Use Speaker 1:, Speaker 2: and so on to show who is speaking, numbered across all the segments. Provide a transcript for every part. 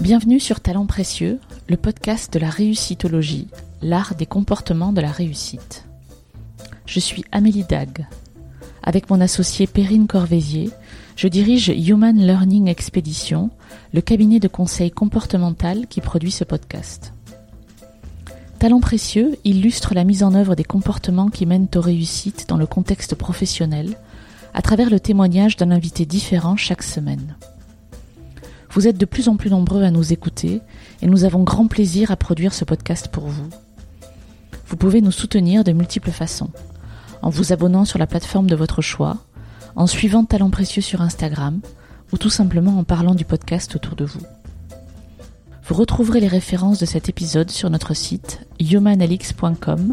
Speaker 1: Bienvenue sur Talents Précieux, le podcast de la réussitologie, l'art des comportements de la réussite. Je suis Amélie Dag. Avec mon associé Perrine Corvézier, je dirige Human Learning Expedition, le cabinet de conseil comportemental qui produit ce podcast. Talents Précieux illustre la mise en œuvre des comportements qui mènent aux réussites dans le contexte professionnel, à travers le témoignage d'un invité différent chaque semaine. Vous êtes de plus en plus nombreux à nous écouter et nous avons grand plaisir à produire ce podcast pour vous. Vous pouvez nous soutenir de multiples façons, en vous abonnant sur la plateforme de votre choix, en suivant Talents Précieux sur Instagram ou tout simplement en parlant du podcast autour de vous. Vous retrouverez les références de cet épisode sur notre site humanlx.com,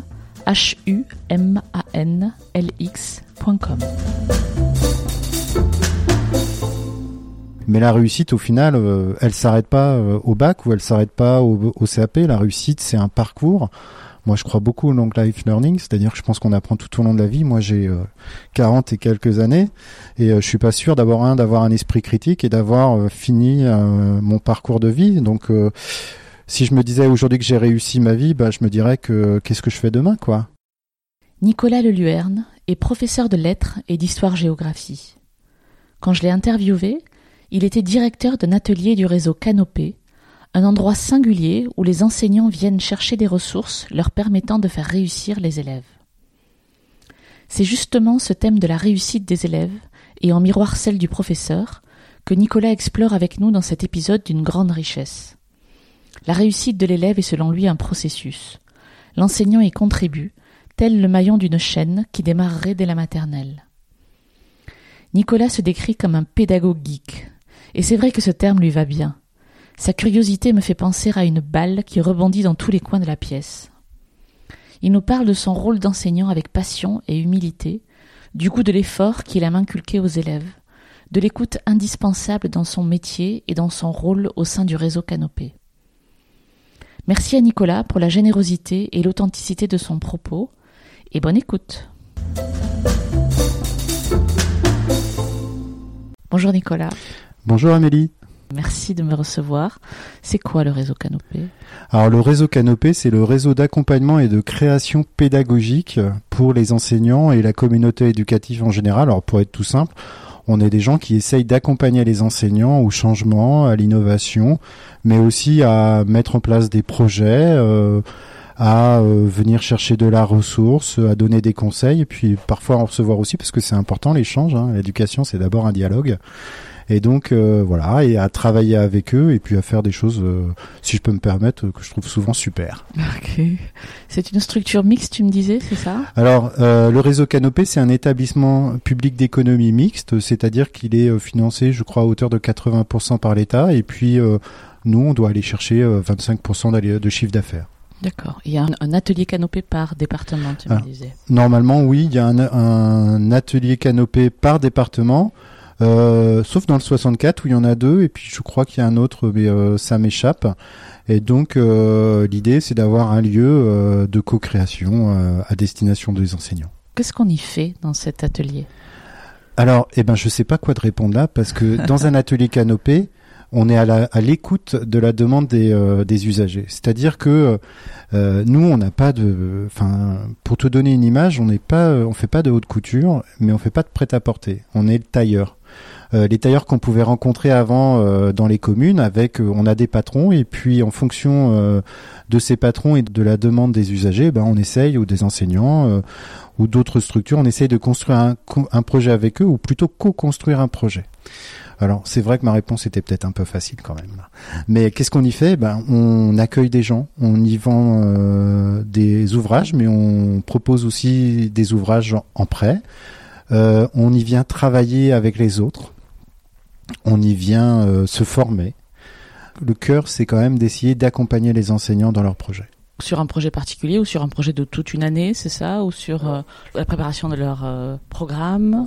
Speaker 1: humanlx.com.
Speaker 2: Mais la réussite, au final, elle s'arrête pas au bac ou elle s'arrête pas au CAP. La réussite, c'est un parcours. Moi, je crois beaucoup au long life learning, c'est-à-dire que je pense qu'on apprend tout au long de la vie. Moi, j'ai 40 et quelques années et je suis pas sûr d'avoir un esprit critique et d'avoir fini mon parcours de vie. Donc, si je me disais aujourd'hui que j'ai réussi ma vie, je me dirais que qu'est-ce que je fais demain, quoi.
Speaker 1: Nicolas Leluerne est professeur de lettres et d'histoire-géographie. Quand je l'ai interviewé, il était directeur d'un atelier du réseau Canopé, un endroit singulier où les enseignants viennent chercher des ressources leur permettant de faire réussir les élèves. C'est justement ce thème de la réussite des élèves, et en miroir celle du professeur, que Nicolas explore avec nous dans cet épisode d'une grande richesse. La réussite de l'élève est selon lui un processus. L'enseignant y contribue, tel le maillon d'une chaîne qui démarrerait dès la maternelle. Nicolas se décrit comme un pédagogue geek. Et c'est vrai que ce terme lui va bien. Sa curiosité me fait penser à une balle qui rebondit dans tous les coins de la pièce. Il nous parle de son rôle d'enseignant avec passion et humilité, du goût de l'effort qu'il aime inculquer aux élèves, de l'écoute indispensable dans son métier et dans son rôle au sein du réseau Canopé. Merci à Nicolas pour la générosité et l'authenticité de son propos, et bonne écoute. Bonjour Nicolas.
Speaker 2: Bonjour Amélie.
Speaker 1: Merci de me recevoir. C'est quoi le réseau Canopé ?
Speaker 2: Alors le réseau Canopé, c'est le réseau d'accompagnement et de création pédagogique pour les enseignants et la communauté éducative en général. Alors pour être tout simple, on est des gens qui essayent d'accompagner les enseignants au changement, à l'innovation, mais aussi à mettre en place des projets, à venir chercher de la ressource, à donner des conseils et puis parfois en recevoir aussi parce que c'est important l'échange. L'éducation, c'est d'abord un dialogue. Et donc voilà, et à travailler avec eux et puis à faire des choses, si je peux me permettre, que je trouve souvent super.
Speaker 1: Ok. C'est une structure mixte, tu me disais, c'est ça ?
Speaker 2: Alors le réseau Canopé, c'est un établissement public d'économie mixte, c'est-à-dire qu'il est financé, je crois, à hauteur de 80% par l'État, et puis nous, on doit aller chercher 25% de chiffre d'affaires.
Speaker 1: D'accord. Il y a un atelier Canopé par département, tu me disais.
Speaker 2: Normalement, oui, il y a un atelier Canopé par département. Sauf dans le 64 où il y en a 2 et puis je crois qu'il y a un autre mais ça m'échappe et donc l'idée c'est d'avoir un lieu de co-création à destination des enseignants.
Speaker 1: Qu'est-ce qu'on y fait dans cet atelier ?
Speaker 2: Alors je sais pas quoi te répondre là parce que dans un atelier Canopé on est à l'écoute de la demande des usagers. C'est-à-dire que nous, on n'a pas de... pour te donner une image, on fait pas de haute couture, mais on fait pas de prêt-à-porter. On est le tailleur. Les tailleurs qu'on pouvait rencontrer avant dans les communes, on a des patrons, et puis en fonction de ces patrons et de la demande des usagers, on essaye, ou des enseignants, ou d'autres structures, on essaye de construire un projet avec eux, ou plutôt co-construire un projet. Alors, c'est vrai que ma réponse était peut-être un peu facile quand même. Mais qu'est-ce qu'on y fait ? On accueille des gens, on y vend des ouvrages, mais on propose aussi des ouvrages en prêt. On y vient travailler avec les autres. On y vient se former. Le cœur, c'est quand même d'essayer d'accompagner les enseignants dans leurs projets.
Speaker 1: Sur un projet particulier ou sur un projet de toute une année, c'est ça ? Ou sur la préparation de leur programme ?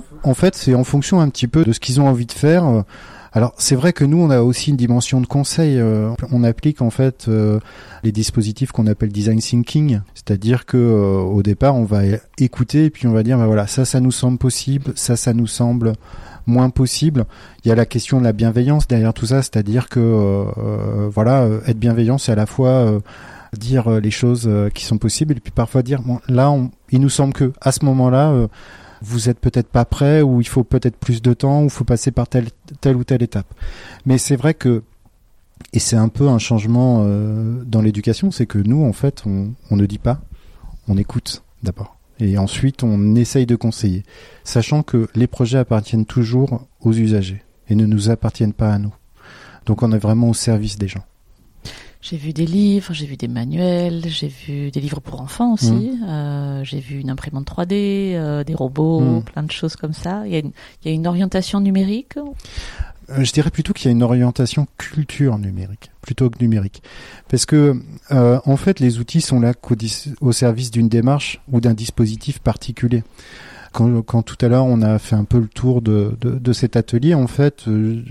Speaker 2: En fait, c'est en fonction un petit peu de ce qu'ils ont envie de faire. Alors, c'est vrai que nous, on a aussi une dimension de conseil. On applique en fait les dispositifs qu'on appelle design thinking. C'est-à-dire que au départ, on va écouter et puis on va dire, voilà, ça nous semble possible, ça nous semble moins possible. Il y a la question de la bienveillance derrière tout ça, c'est-à-dire que être bienveillant, c'est à la fois dire les choses qui sont possibles et puis parfois dire bon, là il nous semble que à ce moment-là vous êtes peut-être pas prêt ou il faut peut-être plus de temps ou il faut passer par telle ou telle étape. Mais c'est vrai que et c'est un peu un changement dans l'éducation, c'est que nous en fait on ne dit pas, on écoute d'abord et ensuite on essaye de conseiller, sachant que les projets appartiennent toujours aux usagers et ne nous appartiennent pas à nous. Donc on est vraiment au service des gens.
Speaker 1: J'ai vu des livres, j'ai vu des manuels, j'ai vu des livres pour enfants aussi, j'ai vu une imprimante 3D, des robots, plein de choses comme ça. Il y a une orientation numérique.
Speaker 2: Je dirais plutôt qu'il y a une orientation culture numérique, plutôt que numérique. Parce que, en fait, les outils sont là au service d'une démarche ou d'un dispositif particulier. Quand tout à l'heure on a fait un peu le tour de cet atelier, en fait,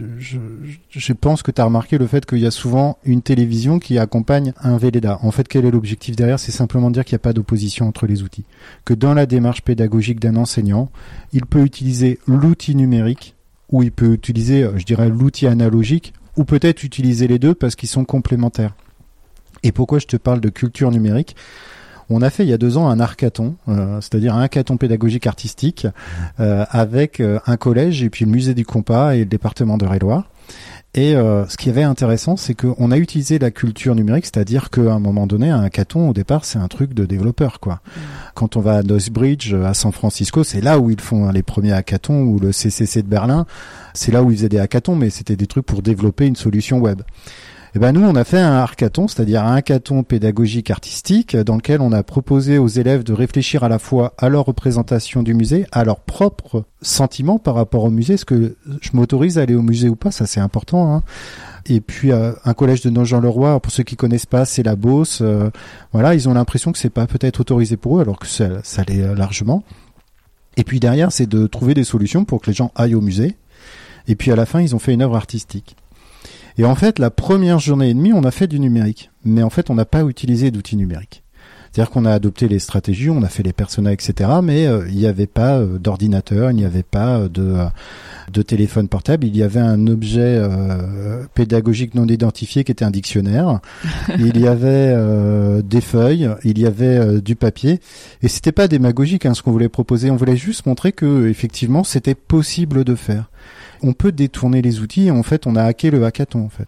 Speaker 2: je pense que tu as remarqué le fait qu'il y a souvent une télévision qui accompagne un Velleda. En fait, quel est l'objectif derrière ? C'est simplement dire qu'il n'y a pas d'opposition entre les outils. Que dans la démarche pédagogique d'un enseignant, il peut utiliser l'outil numérique ou il peut utiliser, je dirais, l'outil analogique ou peut-être utiliser les deux parce qu'ils sont complémentaires. Et pourquoi je te parle de culture numérique ? On a fait il y a 2 ans un hackathon, c'est-à-dire un hackathon pédagogique artistique avec un collège et puis le musée du compas et le département d'Eure-et-Loir. Et ce qui avait intéressant, c'est qu'on a utilisé la culture numérique, c'est-à-dire qu'à un moment donné, un hackathon, au départ, c'est un truc de développeur, quoi. Quand on va à Northbridge, à San Francisco, c'est là où ils font les premiers hackathons, ou le CCC de Berlin, c'est là où ils faisaient des hackathons, mais c'était des trucs pour développer une solution web. Et ben nous, on a fait un hackathon, c'est-à-dire un hackathon pédagogique artistique dans lequel on a proposé aux élèves de réfléchir à la fois à leur représentation du musée, à leurs propres sentiments par rapport au musée. Est-ce que je m'autorise à aller au musée ou pas ? Ça, c'est important, hein. Et puis un collège de Nogent-le-Roi, pour ceux qui connaissent pas, c'est la Beauce. Voilà, ils ont l'impression que c'est pas peut-être autorisé pour eux, alors que ça l'est largement. Et puis derrière, c'est de trouver des solutions pour que les gens aillent au musée. Et puis à la fin, ils ont fait une œuvre artistique. Et en fait, la première journée et demie, on a fait du numérique. Mais en fait, on n'a pas utilisé d'outils numériques. C'est-à-dire qu'on a adopté les stratégies, on a fait les personas, etc. Mais il n'y avait pas d'ordinateur, il n'y avait pas de téléphone portable. Il y avait un objet pédagogique non identifié qui était un dictionnaire. Il y avait des feuilles, il y avait du papier. Et c'était pas démagogique, hein, ce qu'on voulait proposer. On voulait juste montrer que effectivement, c'était possible de faire. On peut détourner les outils et en fait, on a hacké le hackathon, en fait.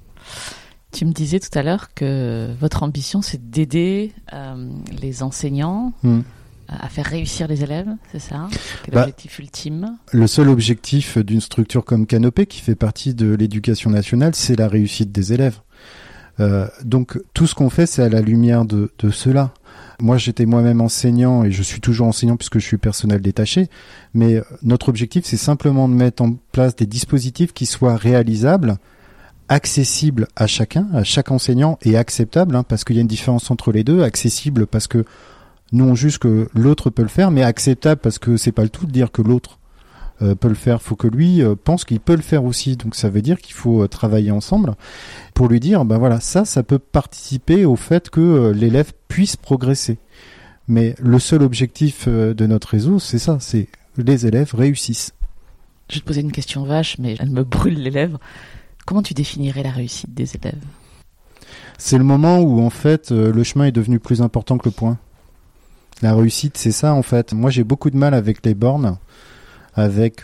Speaker 1: Tu me disais tout à l'heure que votre ambition, c'est d'aider les enseignants à faire réussir les élèves, c'est ça ? C'est l'objectif ultime ? Le
Speaker 2: seul objectif d'une structure comme Canopé, qui fait partie de l'éducation nationale, c'est la réussite des élèves. Donc, tout ce qu'on fait, c'est à la lumière de cela. Moi, j'étais moi-même enseignant et je suis toujours enseignant puisque je suis personnel détaché. Mais notre objectif, c'est simplement de mettre en place des dispositifs qui soient réalisables, accessibles à chacun, à chaque enseignant et acceptables, hein, parce qu'il y a une différence entre les deux. Accessible parce que nous, on juge que l'autre peut le faire, mais acceptable parce que c'est pas le tout de dire que l'autre peut le faire. Faut que lui pense qu'il peut le faire aussi. Donc ça veut dire qu'il faut travailler ensemble pour lui dire, ben voilà, ça peut participer au fait que l'élève puisse progresser. Mais le seul objectif de notre réseau, c'est ça, c'est les élèves réussissent.
Speaker 1: Je vais te poser une question vache, mais elle me brûle les lèvres. Comment tu définirais la réussite des élèves ?
Speaker 2: C'est le moment où en fait le chemin est devenu plus important que le point. La réussite, c'est ça en fait. Moi, j'ai beaucoup de mal avec les bornes, avec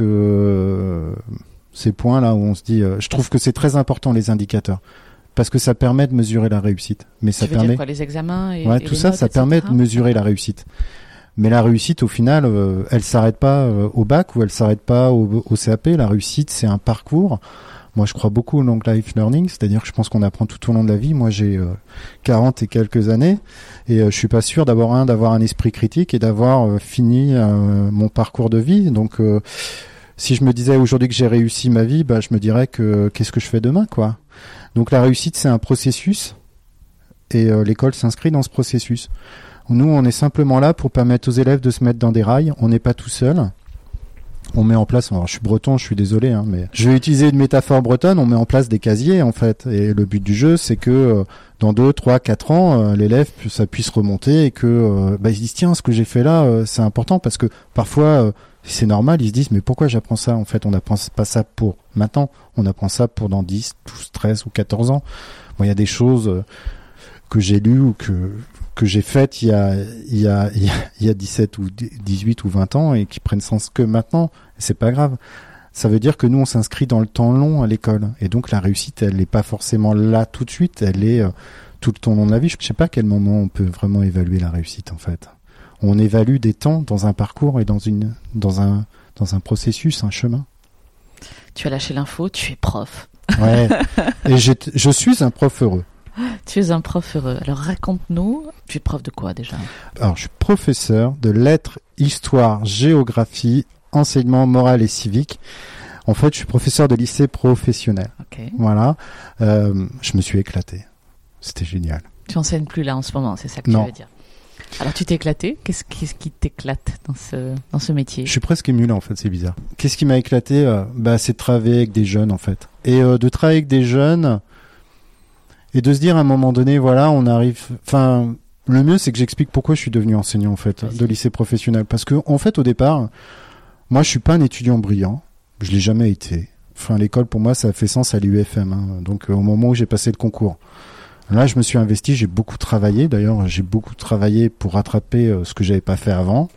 Speaker 2: ces points-là où on se dit, je trouve que c'est très important les indicateurs, parce que ça permet de mesurer la réussite. Mais ça permet
Speaker 1: dire quoi, les examens et
Speaker 2: ouais,
Speaker 1: et
Speaker 2: tout
Speaker 1: les
Speaker 2: ça,
Speaker 1: notes,
Speaker 2: ça
Speaker 1: etc.
Speaker 2: permet de mesurer la réussite. Mais la réussite, au final, elle s'arrête pas au bac ou elle s'arrête pas au CAP. La réussite, c'est un parcours. Moi, je crois beaucoup au long life learning, c'est-à-dire que je pense qu'on apprend tout au long de la vie. Moi, j'ai 40 et quelques années et je suis pas sûr d'avoir un esprit critique et d'avoir fini mon parcours de vie. Donc, si je me disais aujourd'hui que j'ai réussi ma vie, bah, je me dirais que qu'est-ce que je fais demain, quoi. Donc, la réussite, c'est un processus et l'école s'inscrit dans ce processus. Nous, on est simplement là pour permettre aux élèves de se mettre dans des rails. On n'est pas tout seul. on met en place, alors je suis breton, je suis désolé, hein, mais je vais utiliser une métaphore bretonne, on met en place des casiers en fait, et le but du jeu c'est que dans 2, 3, 4 ans, l'élève ça puisse remonter et que ils se disent tiens, ce que j'ai fait là, c'est important parce que parfois c'est normal, ils se disent mais pourquoi j'apprends ça en fait, on n'apprend pas ça pour maintenant, on apprend ça pour dans 10, 12, 13 ou 14 ans. Bon, il y a des choses que j'ai lues ou que j'ai faites il y a 17 ou 18 ou 20 ans et qui prennent sens que maintenant. C'est pas grave. Ça veut dire que nous, on s'inscrit dans le temps long à l'école. Et donc, la réussite, elle n'est pas forcément là tout de suite. Elle est tout le temps long de la vie. Je sais pas à quel moment on peut vraiment évaluer la réussite, en fait. On évalue des temps dans un parcours et dans un processus, un chemin.
Speaker 1: Tu as lâché l'info, tu es prof.
Speaker 2: Ouais. Et je suis un prof heureux.
Speaker 1: Tu es un prof heureux. Alors raconte-nous, tu es prof de quoi déjà?
Speaker 2: Alors je suis professeur de lettres, histoire, géographie, enseignement moral et civique. En fait, je suis professeur de lycée professionnel.
Speaker 1: Okay.
Speaker 2: Voilà. Je me suis éclaté. C'était génial.
Speaker 1: Tu enseignes plus là en ce moment, c'est ça que
Speaker 2: non.
Speaker 1: Tu veux dire? Alors tu t'es éclaté. Qu'est-ce qui t'éclate dans ce métier?
Speaker 2: Je suis presque ému là en fait, c'est bizarre. Qu'est-ce qui m'a éclaté? C'est de travailler avec des jeunes en fait. Et de travailler avec des jeunes... Et de se dire à un moment donné, voilà, on arrive... Enfin, le mieux, c'est que j'explique pourquoi je suis devenu enseignant, en fait, de lycée professionnel. Parce que, en fait, au départ, moi, je suis pas un étudiant brillant. Je l'ai jamais été. Enfin, l'école, pour moi, ça a fait sens à l'UFM. Hein. Donc, au moment où j'ai passé le concours. Là, je me suis investi, j'ai beaucoup travaillé. D'ailleurs, j'ai beaucoup travaillé pour rattraper ce que j'avais pas fait avant.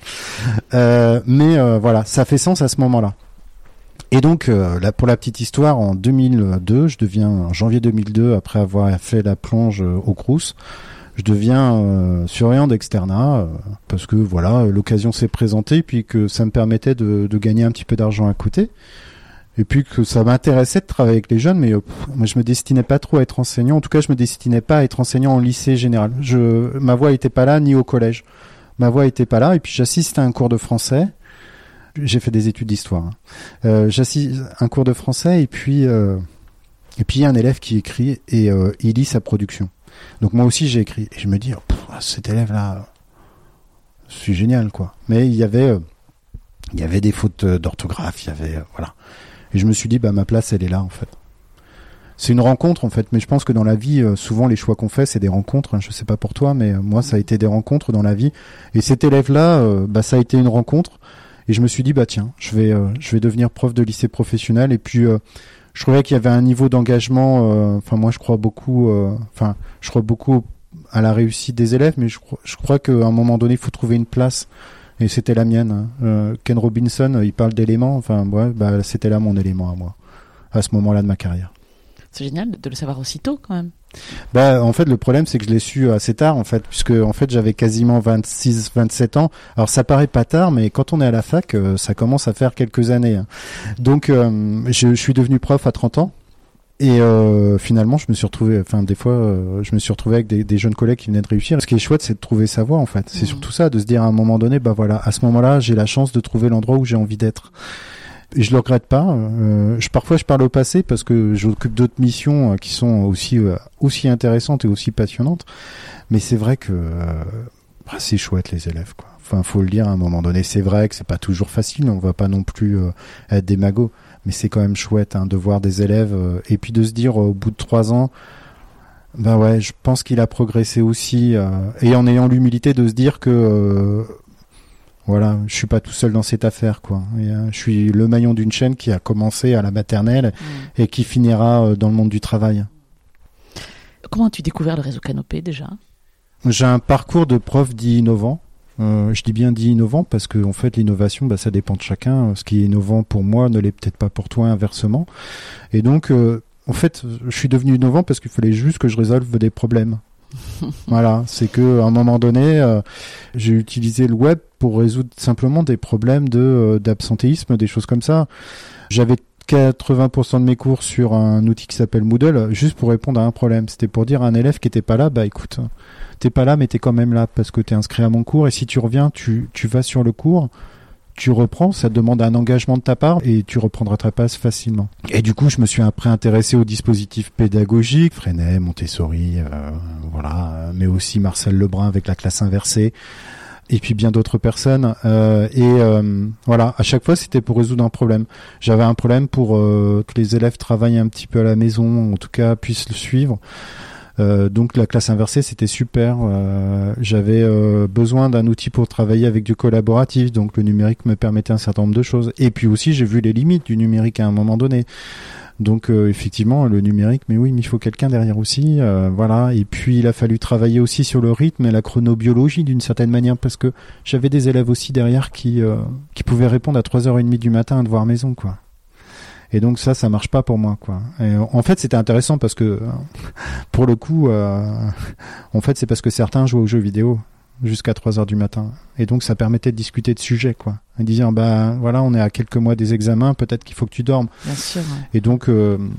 Speaker 2: Mais voilà, ça fait sens à ce moment-là. Et donc, là, pour la petite histoire, en 2002, en janvier 2002, après avoir fait la plonge au Crous, je deviens surveillant d'externat, parce que voilà, l'occasion s'est présentée, puis que ça me permettait de gagner un petit peu d'argent à côté, et puis que ça m'intéressait de travailler avec les jeunes, mais moi je me destinais pas trop à être enseignant, en tout cas je me destinais pas à être enseignant en lycée général. Ma voie était pas là, ni au collège. Ma voie était pas là, et puis j'assiste à un cours de français. J'ai fait des études d'histoire. J'assiste à un cours de français et puis il y a un élève qui écrit et il lit sa production. Donc moi aussi j'ai écrit et je me dis cet élève-là, c'est génial quoi. Mais il y avait des fautes d'orthographe, il y avait voilà. Et je me suis dit ma place elle est là en fait. C'est une rencontre en fait, mais je pense que dans la vie souvent les choix qu'on fait c'est des rencontres. Hein. Je sais pas pour toi, mais moi ça a été des rencontres dans la vie. Et cet élève-là, ça a été une rencontre. Et je me suis dit tiens, je vais devenir prof de lycée professionnel. Et puis je trouvais qu'il y avait un niveau d'engagement. Moi je crois beaucoup à la réussite des élèves, mais je crois qu'à un moment donné il faut trouver une place. Et c'était la mienne. Ken Robinson, il parle d'éléments. C'était là mon élément à moi, à ce moment-là de ma carrière.
Speaker 1: C'est génial de le savoir aussitôt quand même.
Speaker 2: En fait, le problème, c'est que je l'ai su assez tard, en fait, puisque, en fait, j'avais quasiment 26, 27 ans. Alors, ça paraît pas tard, mais quand on est à la fac, ça commence à faire quelques années. Hein. Donc, je suis devenu prof à 30 ans. Et finalement, je me suis retrouvé, je me suis retrouvé avec des jeunes collègues qui venaient de réussir. Ce qui est chouette, c'est de trouver sa voie, en fait. C'est surtout ça, de se dire à un moment donné, à ce moment-là, j'ai la chance de trouver l'endroit où j'ai envie d'être. Et je le regrette pas. Parfois, je parle au passé parce que j'occupe d'autres missions qui sont aussi intéressantes et aussi passionnantes. Mais c'est vrai que c'est chouette les élèves, quoi. Enfin, faut le dire à un moment donné. C'est vrai que c'est pas toujours facile. On va pas non plus être des magots, mais c'est quand même chouette de voir des élèves et puis de se dire au bout de 3 ans. Je pense qu'il a progressé aussi et en ayant l'humilité de se dire que voilà, je suis pas tout seul dans cette affaire, quoi. Et, je suis le maillon d'une chaîne qui a commencé à la maternelle et qui finira dans le monde du travail.
Speaker 1: Comment as-tu découvert le réseau Canopé déjà?
Speaker 2: J'ai un parcours de prof dit innovant. Je dis bien dit innovant parce que en fait l'innovation, ça dépend de chacun. Ce qui est innovant pour moi ne l'est peut-être pas pour toi, inversement. Et donc, en fait, je suis devenu innovant parce qu'il fallait juste que je résolve des problèmes. Voilà, c'est que à un moment donné, j'ai utilisé le web pour résoudre simplement des problèmes d'absentéisme, des choses comme ça. J'avais 80% de mes cours sur un outil qui s'appelle Moodle, juste pour répondre à un problème. C'était pour dire à un élève qui était pas là, écoute, t'es pas là, mais t'es quand même là parce que t'es inscrit à mon cours et si tu reviens, tu vas sur le cours. Tu reprends, ça te demande un engagement de ta part et tu reprendras ta place facilement. Et du coup, je me suis après intéressé aux dispositifs pédagogiques, Freinet, Montessori, mais aussi Marcel Lebrun avec la classe inversée. et puis bien d'autres personnes. Voilà, à chaque fois, c'était pour résoudre un problème. J'avais un problème pour que les élèves travaillent un petit peu à la maison, en tout cas puissent le suivre. Donc la classe inversée, c'était super. J'avais besoin d'un outil pour travailler avec du collaboratif, donc le numérique me permettait un certain nombre de choses. Et puis aussi, j'ai vu les limites du numérique à un moment donné. Donc effectivement, le numérique, mais oui, mais il faut quelqu'un derrière aussi, voilà. Et puis il a fallu travailler aussi sur le rythme et la chronobiologie d'une certaine manière, parce que j'avais des élèves aussi derrière qui pouvaient répondre à 3h30 du matin à un devoir maison, quoi. Et donc ça marche pas pour moi, quoi. Et en fait, c'était intéressant parce que, pour le coup, en fait, c'est parce que certains jouaient aux jeux vidéo jusqu'à 3h du matin. Et donc ça permettait de discuter de sujets, quoi. Et de dire, bah voilà, on est à quelques mois des examens, peut-être qu'il faut que tu dormes.
Speaker 1: Bien sûr. Ouais.
Speaker 2: Et donc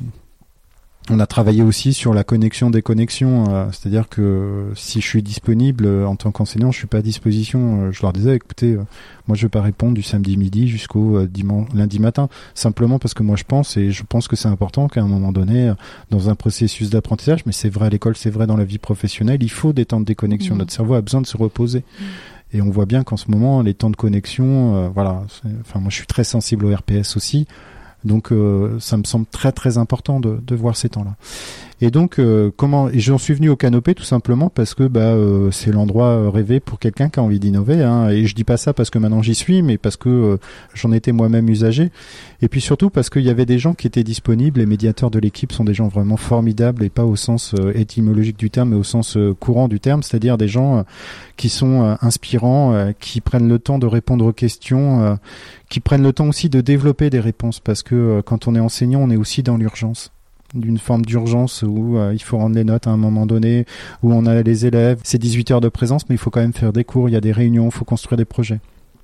Speaker 2: on a travaillé aussi sur la connexion des connexions, c'est-à-dire que si je suis disponible en tant qu'enseignant, je suis pas à disposition. Je leur disais, écoutez, moi je vais pas répondre du samedi midi jusqu'au lundi matin, simplement parce que moi je pense que c'est important qu'à un moment donné, dans un processus d'apprentissage, mais c'est vrai à l'école, c'est vrai dans la vie professionnelle, il faut des temps de déconnexion. Notre cerveau a besoin de se reposer. Et on voit bien qu'en ce moment, les temps de connexion, voilà. Enfin, moi je suis très sensible au RPS aussi. Donc ça me semble très très important de voir ces temps-là. Et donc et j'en suis venu au Canopé tout simplement parce que c'est l'endroit rêvé pour quelqu'un qui a envie d'innover, hein. Et je dis pas ça parce que maintenant j'y suis, mais parce que j'en étais moi-même usager. Et puis surtout parce qu'il y avait des gens qui étaient disponibles. Les médiateurs de l'équipe sont des gens vraiment formidables, et pas au sens étymologique du terme, mais au sens courant du terme, c'est-à-dire des gens qui sont inspirants, qui prennent le temps de répondre aux questions, qui prennent le temps aussi de développer des réponses, parce que quand on est enseignant, on est aussi dans l'urgence, d'une forme d'urgence où il faut rendre les notes à un moment donné, où on a les élèves, c'est 18 heures de présence, mais il faut quand même faire des cours, il y a des réunions, il faut construire des projets.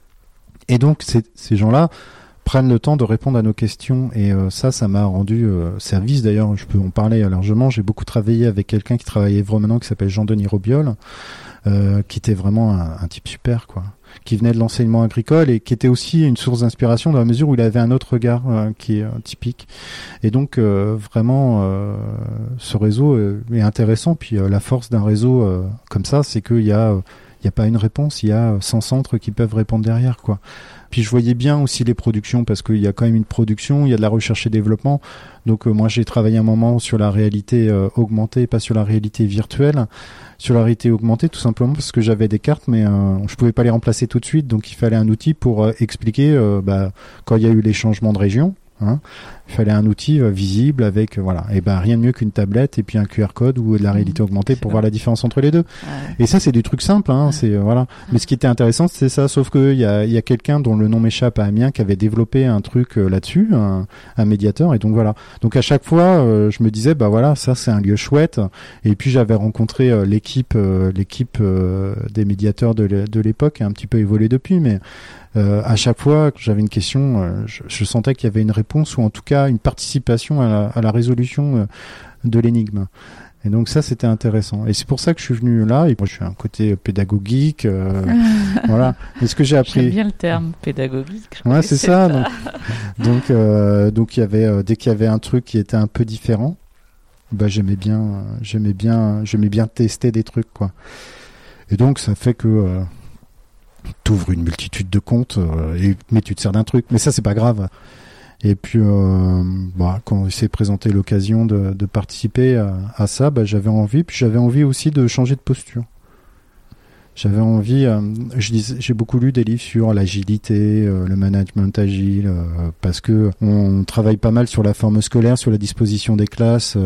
Speaker 2: Et donc ces gens-là prennent le temps de répondre à nos questions, et ça m'a rendu service. D'ailleurs, je peux en parler largement. J'ai beaucoup travaillé avec quelqu'un qui travaillait vraiment, qui s'appelle Jean-Denis Robiol, qui était vraiment un type super, quoi, qui venait de l'enseignement agricole et qui était aussi une source d'inspiration dans la mesure où il avait un autre regard qui est typique. Et donc vraiment ce réseau est intéressant. Puis la force d'un réseau comme ça, c'est qu'il y a pas une réponse, il y a 100 centres qui peuvent répondre derrière, quoi. Puis je voyais bien aussi les productions, parce qu'il y a quand même une production, il y a de la recherche et développement. Donc moi j'ai travaillé un moment sur la réalité augmentée, pas sur la réalité virtuelle. Sur la réalité augmentée, tout simplement parce que j'avais des cartes, mais je pouvais pas les remplacer tout de suite, donc il fallait un outil pour expliquer quand il y a eu les changements de région. Hein, il fallait un outil visible avec voilà, et rien de mieux qu'une tablette et puis un QR code ou de la réalité augmentée pour voir la différence entre les deux. Et ça c'est du truc simple, hein, c'est voilà. Mais ce qui était intéressant c'est ça, sauf que il y a quelqu'un dont le nom m'échappe à Amiens qui avait développé un truc là-dessus, un médiateur, et donc voilà. Donc à chaque fois je me disais voilà, ça c'est un lieu chouette. Et puis j'avais rencontré l'équipe des médiateurs de l'époque, qui a un petit peu évolué depuis, mais à chaque fois que j'avais une question, je sentais qu'il y avait une réponse, ou en tout cas une participation à la résolution de l'énigme. Et donc ça, c'était intéressant. Et c'est pour ça que je suis venu là. Et moi, je suis un côté pédagogique. Voilà. Et ce que j'ai appris...
Speaker 1: J'aime bien le terme pédagogique.
Speaker 2: Ouais, c'est ça. Donc il y avait dès qu'il y avait un truc qui était un peu différent, j'aimais bien tester des trucs, quoi. Et donc ça fait que t'ouvres une multitude de comptes, mais tu te sers d'un truc. Mais ça, c'est pas grave. Et puis, quand il s'est présenté l'occasion de participer à ça, j'avais envie. Puis j'avais envie aussi de changer de posture. J'avais envie. J'ai beaucoup lu des livres sur l'agilité, le management agile, parce que on travaille pas mal sur la forme scolaire, sur la disposition des classes.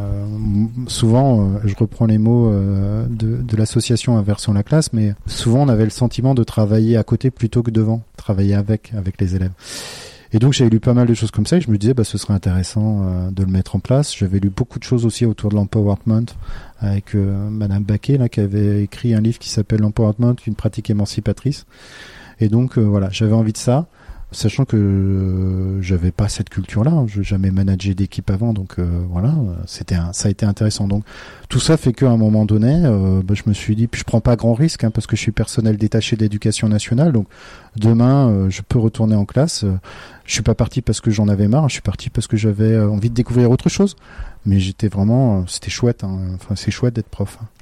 Speaker 2: Souvent, je reprends les mots de l'association Inversons la classe, mais souvent on avait le sentiment de travailler à côté plutôt que devant, travailler avec les élèves. Et donc j'avais lu pas mal de choses comme ça, et je me disais ce serait intéressant de le mettre en place. J'avais lu beaucoup de choses aussi autour de l'empowerment, avec Madame Baquet là, qui avait écrit un livre qui s'appelle L'empowerment, une pratique émancipatrice. Et donc voilà, j'avais envie de ça, sachant que j'avais pas cette culture-là, je n'ai jamais managé d'équipe avant, donc voilà, ça a été intéressant. Donc tout ça fait qu'à un moment donné, je me suis dit, puis je prends pas grand risque, parce que je suis personnel détaché d'éducation nationale, donc demain je peux retourner en classe. Je suis pas parti parce que j'en avais marre, je suis parti parce que j'avais envie de découvrir autre chose. Mais c'était chouette, enfin c'est chouette d'être prof.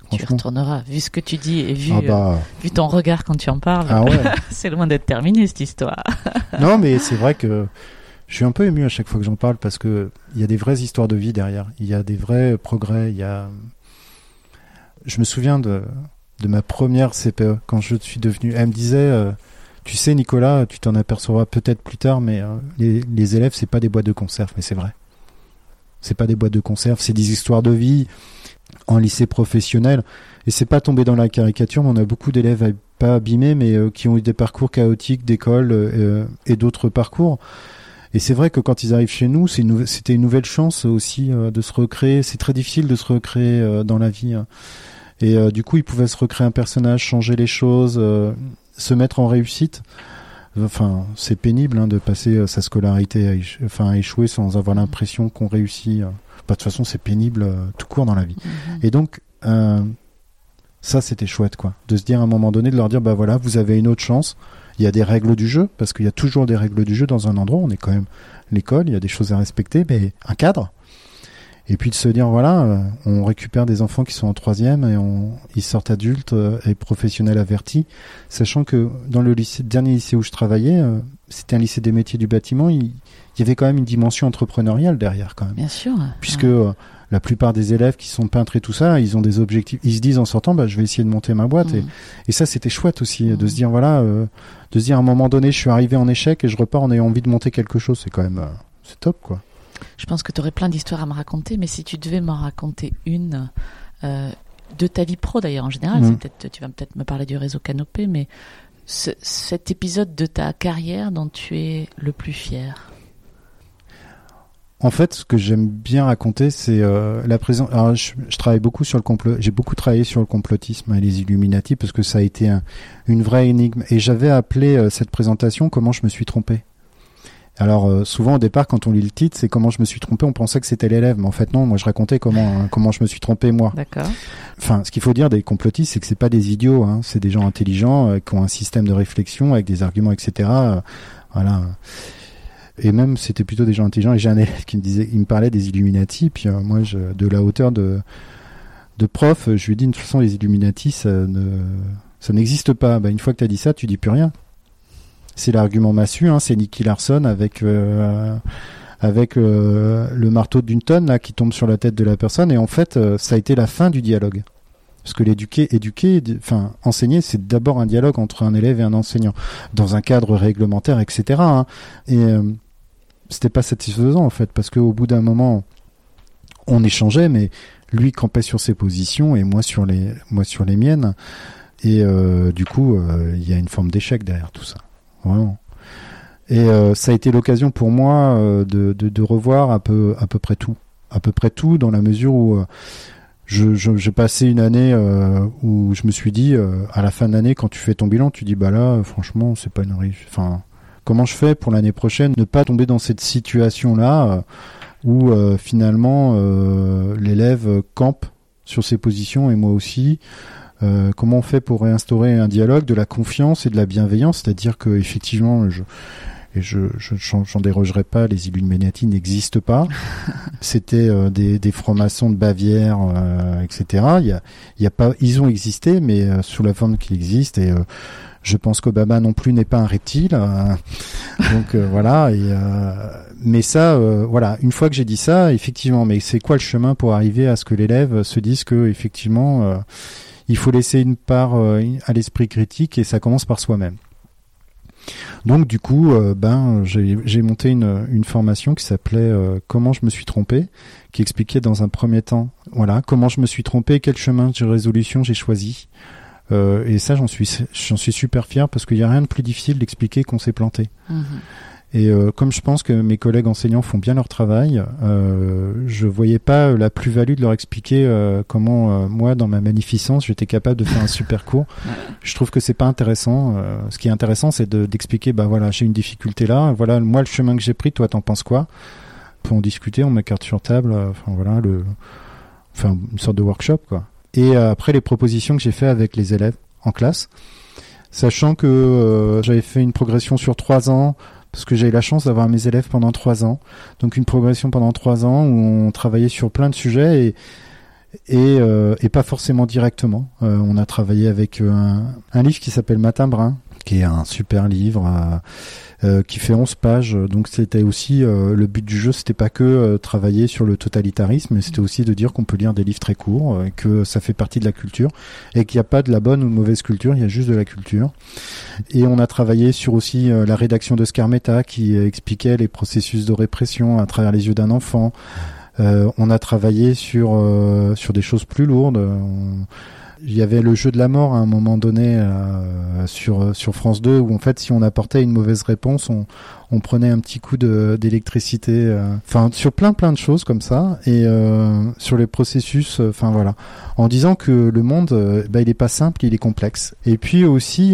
Speaker 1: Tu y retourneras, vu ce que tu dis et vu ton regard quand tu en parles.
Speaker 2: Ah ouais.
Speaker 1: C'est loin d'être terminé cette histoire.
Speaker 2: Non, mais c'est vrai que je suis un peu ému à chaque fois que j'en parle parce que il y a des vraies histoires de vie derrière. Il y a des vrais progrès. Je me souviens de ma première CPE quand je suis devenu. Elle me disait, tu sais Nicolas, tu t'en apercevras peut-être plus tard, mais les élèves c'est pas des boîtes de conserve, mais c'est vrai. C'est pas des boîtes de conserve, c'est des histoires de vie en lycée professionnel. Et c'est pas tomber dans la caricature, mais on a beaucoup d'élèves pas abîmés, mais qui ont eu des parcours chaotiques d'école et d'autres parcours. Et c'est vrai que quand ils arrivent chez nous, c'était une nouvelle chance aussi de se recréer. C'est très difficile de se recréer dans la vie. Et du coup, ils pouvaient se recréer un personnage, changer les choses, se mettre en réussite. Enfin, c'est pénible de passer sa scolarité à échouer sans avoir l'impression qu'on réussit. De toute façon, c'est pénible tout court dans la vie. Et donc, ça, c'était chouette, quoi. De se dire à un moment donné, de leur dire, bah voilà, vous avez une autre chance. Il y a des règles du jeu, parce qu'il y a toujours des règles du jeu dans un endroit. On est quand même l'école, il y a des choses à respecter, mais un cadre. Et puis de se dire, voilà, on récupère des enfants qui sont en 3e et ils sortent adultes et professionnels avertis, sachant que dans le dernier lycée où je travaillais, c'était un lycée des métiers du bâtiment, il y avait quand même une dimension entrepreneuriale derrière quand même.
Speaker 1: Bien sûr.
Speaker 2: Puisque la plupart des élèves qui sont peintres et tout ça, ils ont des objectifs. Ils se disent en sortant, bah, je vais essayer de monter ma boîte. Et ça, c'était chouette aussi, de se dire, voilà, de se dire à un moment donné, je suis arrivé en échec et je repars en ayant envie de monter quelque chose. C'est quand même, c'est top, quoi.
Speaker 1: Je pense que tu aurais plein d'histoires à me raconter, mais si tu devais m'en raconter une, de ta vie pro d'ailleurs en général, tu vas peut-être me parler du réseau Canopé, mais cet épisode de ta carrière dont tu es le plus fier.
Speaker 2: En fait, ce que j'aime bien raconter, c'est la présence. Alors, je travaille beaucoup sur le complot. J'ai beaucoup travaillé sur le complotisme et les Illuminati parce que ça a été une vraie énigme. Et j'avais appelé cette présentation "Comment je me suis trompé". Alors souvent au départ, quand on lit le titre, c'est "Comment je me suis trompé". On pensait que c'était l'élève, mais en fait non. Moi, je racontais comment je me suis trompé moi.
Speaker 1: D'accord.
Speaker 2: Enfin, ce qu'il faut dire des complotistes, c'est que c'est pas des idiots. C'est des gens intelligents qui ont un système de réflexion avec des arguments, etc. Voilà. Et même, c'était plutôt des gens intelligents. Et j'ai un élève qui me parlait des Illuminati. Puis moi, de la hauteur de prof, je lui dis, de toute façon, les Illuminati, ça n'existe pas. Bah, une fois que tu as dit ça, tu dis plus rien. C'est l'argument massu. C'est Nicky Larson avec le marteau d'une tonne là, qui tombe sur la tête de la personne. Et en fait, ça a été la fin du dialogue. Parce que enseigner, c'est d'abord un dialogue entre un élève et un enseignant, dans un cadre réglementaire, etc. Et c'était pas satisfaisant en fait, parce qu'au bout d'un moment, on échangeait, mais lui campait sur ses positions et moi sur les miennes. Et du coup, il y a une forme d'échec derrière tout ça, vraiment. Et ça a été l'occasion pour moi de revoir à peu près tout, dans la mesure où je passais une année où je me suis dit, à la fin de l'année, quand tu fais ton bilan, tu dis, bah là, franchement, c'est pas une réussite. Enfin, comment je fais pour l'année prochaine ne pas tomber dans cette situation-là où finalement l'élève campe sur ses positions et moi aussi. Comment on fait pour réinstaurer un dialogue, de la confiance et de la bienveillance, c'est-à-dire que effectivement, j'en dérogerai pas, les Illuminati n'existent pas. C'était des francs-maçons de Bavière, etc. Il y a pas, ils ont existé, mais sous la forme qu'ils existent. Et je pense qu'Obama non plus n'est pas un reptile. Donc voilà. Mais ça, voilà. Une fois que j'ai dit ça, effectivement, mais c'est quoi le chemin pour arriver à ce que l'élève se dise que effectivement, il faut laisser une part à l'esprit critique et ça commence par soi-même. Donc du coup, j'ai monté une formation qui s'appelait Comment je me suis trompé, qui expliquait dans un premier temps, voilà, comment je me suis trompé, quel chemin de résolution j'ai choisi. Et ça, j'en suis super fier parce qu'il n'y a rien de plus difficile d'expliquer qu'on s'est planté. Mmh. Et comme je pense que mes collègues enseignants font bien leur travail, je voyais pas la plus-value de leur expliquer comment moi, dans ma magnificence, j'étais capable de faire un super cours. Je trouve que c'est pas intéressant. Ce qui est intéressant, c'est d'expliquer, bah voilà, j'ai une difficulté là. Voilà, moi, le chemin que j'ai pris, toi, t'en penses quoi? On peut en discuter, on met carte sur table. Enfin voilà, une sorte de workshop, quoi. Et après, les propositions que j'ai fait avec les élèves en classe, sachant que j'avais fait une progression sur 3 ans. Parce que j'ai eu la chance d'avoir mes élèves pendant 3 ans. Donc une progression pendant 3 ans où on travaillait sur plein de sujets et pas forcément directement. On a travaillé avec un livre qui s'appelle Matin Brun, qui est un super livre qui fait 11 pages. Donc c'était aussi le but du jeu, c'était pas que travailler sur le totalitarisme, mais c'était aussi de dire qu'on peut lire des livres très courts, que ça fait partie de la culture et qu'il n'y a pas de la bonne ou de mauvaise culture, il y a juste de la culture. Et on a travaillé sur aussi la rédaction de Scarmetta qui expliquait les processus de répression à travers les yeux d'un enfant. On a travaillé sur des choses plus lourdes. Il y avait le jeu de la mort à un moment donné sur France 2 où en fait si on apportait une mauvaise réponse on prenait un petit coup d'électricité. Enfin sur plein de choses comme ça et sur les processus. Enfin voilà, en disant que le monde il est pas simple, il est complexe. Et puis aussi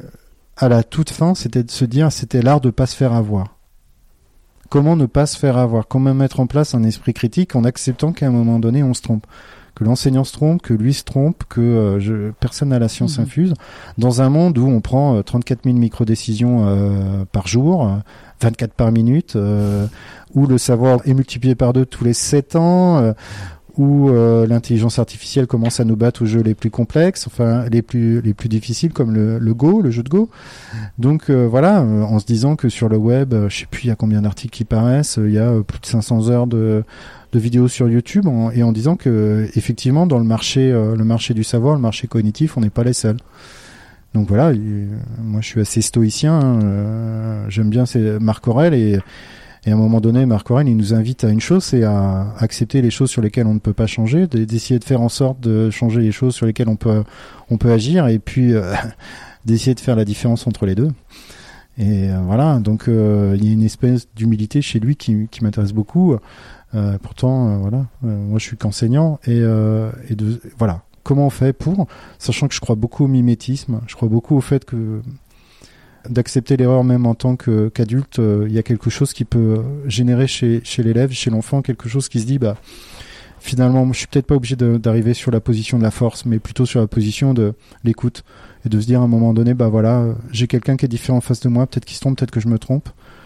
Speaker 2: à la toute fin c'était de se dire c'était l'art de pas se faire avoir. Comment ne pas se faire avoir? Comment mettre en place un esprit critique en acceptant qu'à un moment donné, on se trompe? Que l'enseignant se trompe, que lui se trompe, que personne n'a la science infuse. Dans un monde où on prend 34 000 micro-décisions par jour, 24 par minute, où le savoir est multiplié par 2 tous les 7 ans, où l'intelligence artificielle commence à nous battre aux jeux les plus complexes, enfin les plus difficiles comme le Go, le jeu de Go. Donc voilà, en se disant que sur le web, je sais plus il y a combien d'articles qui paraissent, il y a plus de 500 heures de vidéos sur YouTube, et en disant que effectivement dans le marché du savoir, le marché cognitif, on n'est pas les seuls. Donc voilà, moi je suis assez stoïcien, j'aime bien Marc Aurèle et à un moment donné, Marc Aurèle, il nous invite à une chose, c'est à accepter les choses sur lesquelles on ne peut pas changer, d'essayer de faire en sorte de changer les choses sur lesquelles on peut agir, et puis d'essayer de faire la différence entre les deux. Et voilà, donc il y a une espèce d'humilité chez lui qui m'intéresse beaucoup. Pourtant, voilà, moi je suis qu'enseignant et voilà, comment on fait pour, sachant que je crois beaucoup au mimétisme, je crois beaucoup au fait que d'accepter l'erreur même en tant qu'adulte, il y a quelque chose qui peut générer chez l'élève, chez l'enfant, quelque chose qui se dit finalement je suis peut-être pas obligé d'arriver sur la position de la force, mais plutôt sur la position de l'écoute, et de se dire à un moment donné voilà, j'ai quelqu'un qui est différent en face de moi, peut-être qu'il se trompe, peut-être que je me trompe,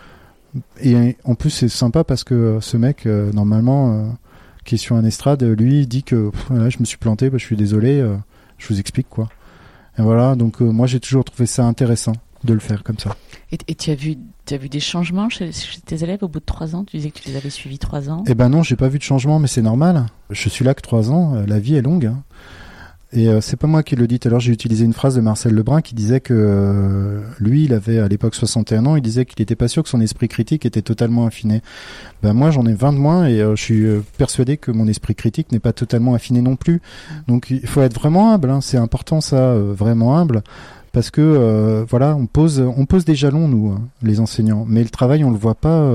Speaker 2: et en plus c'est sympa parce que ce mec normalement qui est sur un estrade, lui il dit que là, je me suis planté, je suis désolé, je vous explique quoi. Et voilà, donc moi j'ai toujours trouvé ça intéressant de le faire comme ça.
Speaker 1: Et tu as vu des changements chez tes élèves au bout de 3 ans? Tu disais que tu les avais suivis 3 ans.
Speaker 2: Eh ben non, j'ai pas vu de changement, mais c'est normal. Je suis là que 3 ans, la vie est longue. Hein. Et c'est pas moi qui le dis. Tout à l'heure, j'ai utilisé une phrase de Marcel Lebrun qui disait que lui, il avait à l'époque 61 ans, il disait qu'il était pas sûr que son esprit critique était totalement affiné. Ben moi, j'en ai 20 de moins et je suis persuadé que mon esprit critique n'est pas totalement affiné non plus. Donc il faut être vraiment humble, hein. C'est important ça, vraiment humble. Parce que voilà, on pose des jalons nous, les enseignants, mais le travail on le voit pas.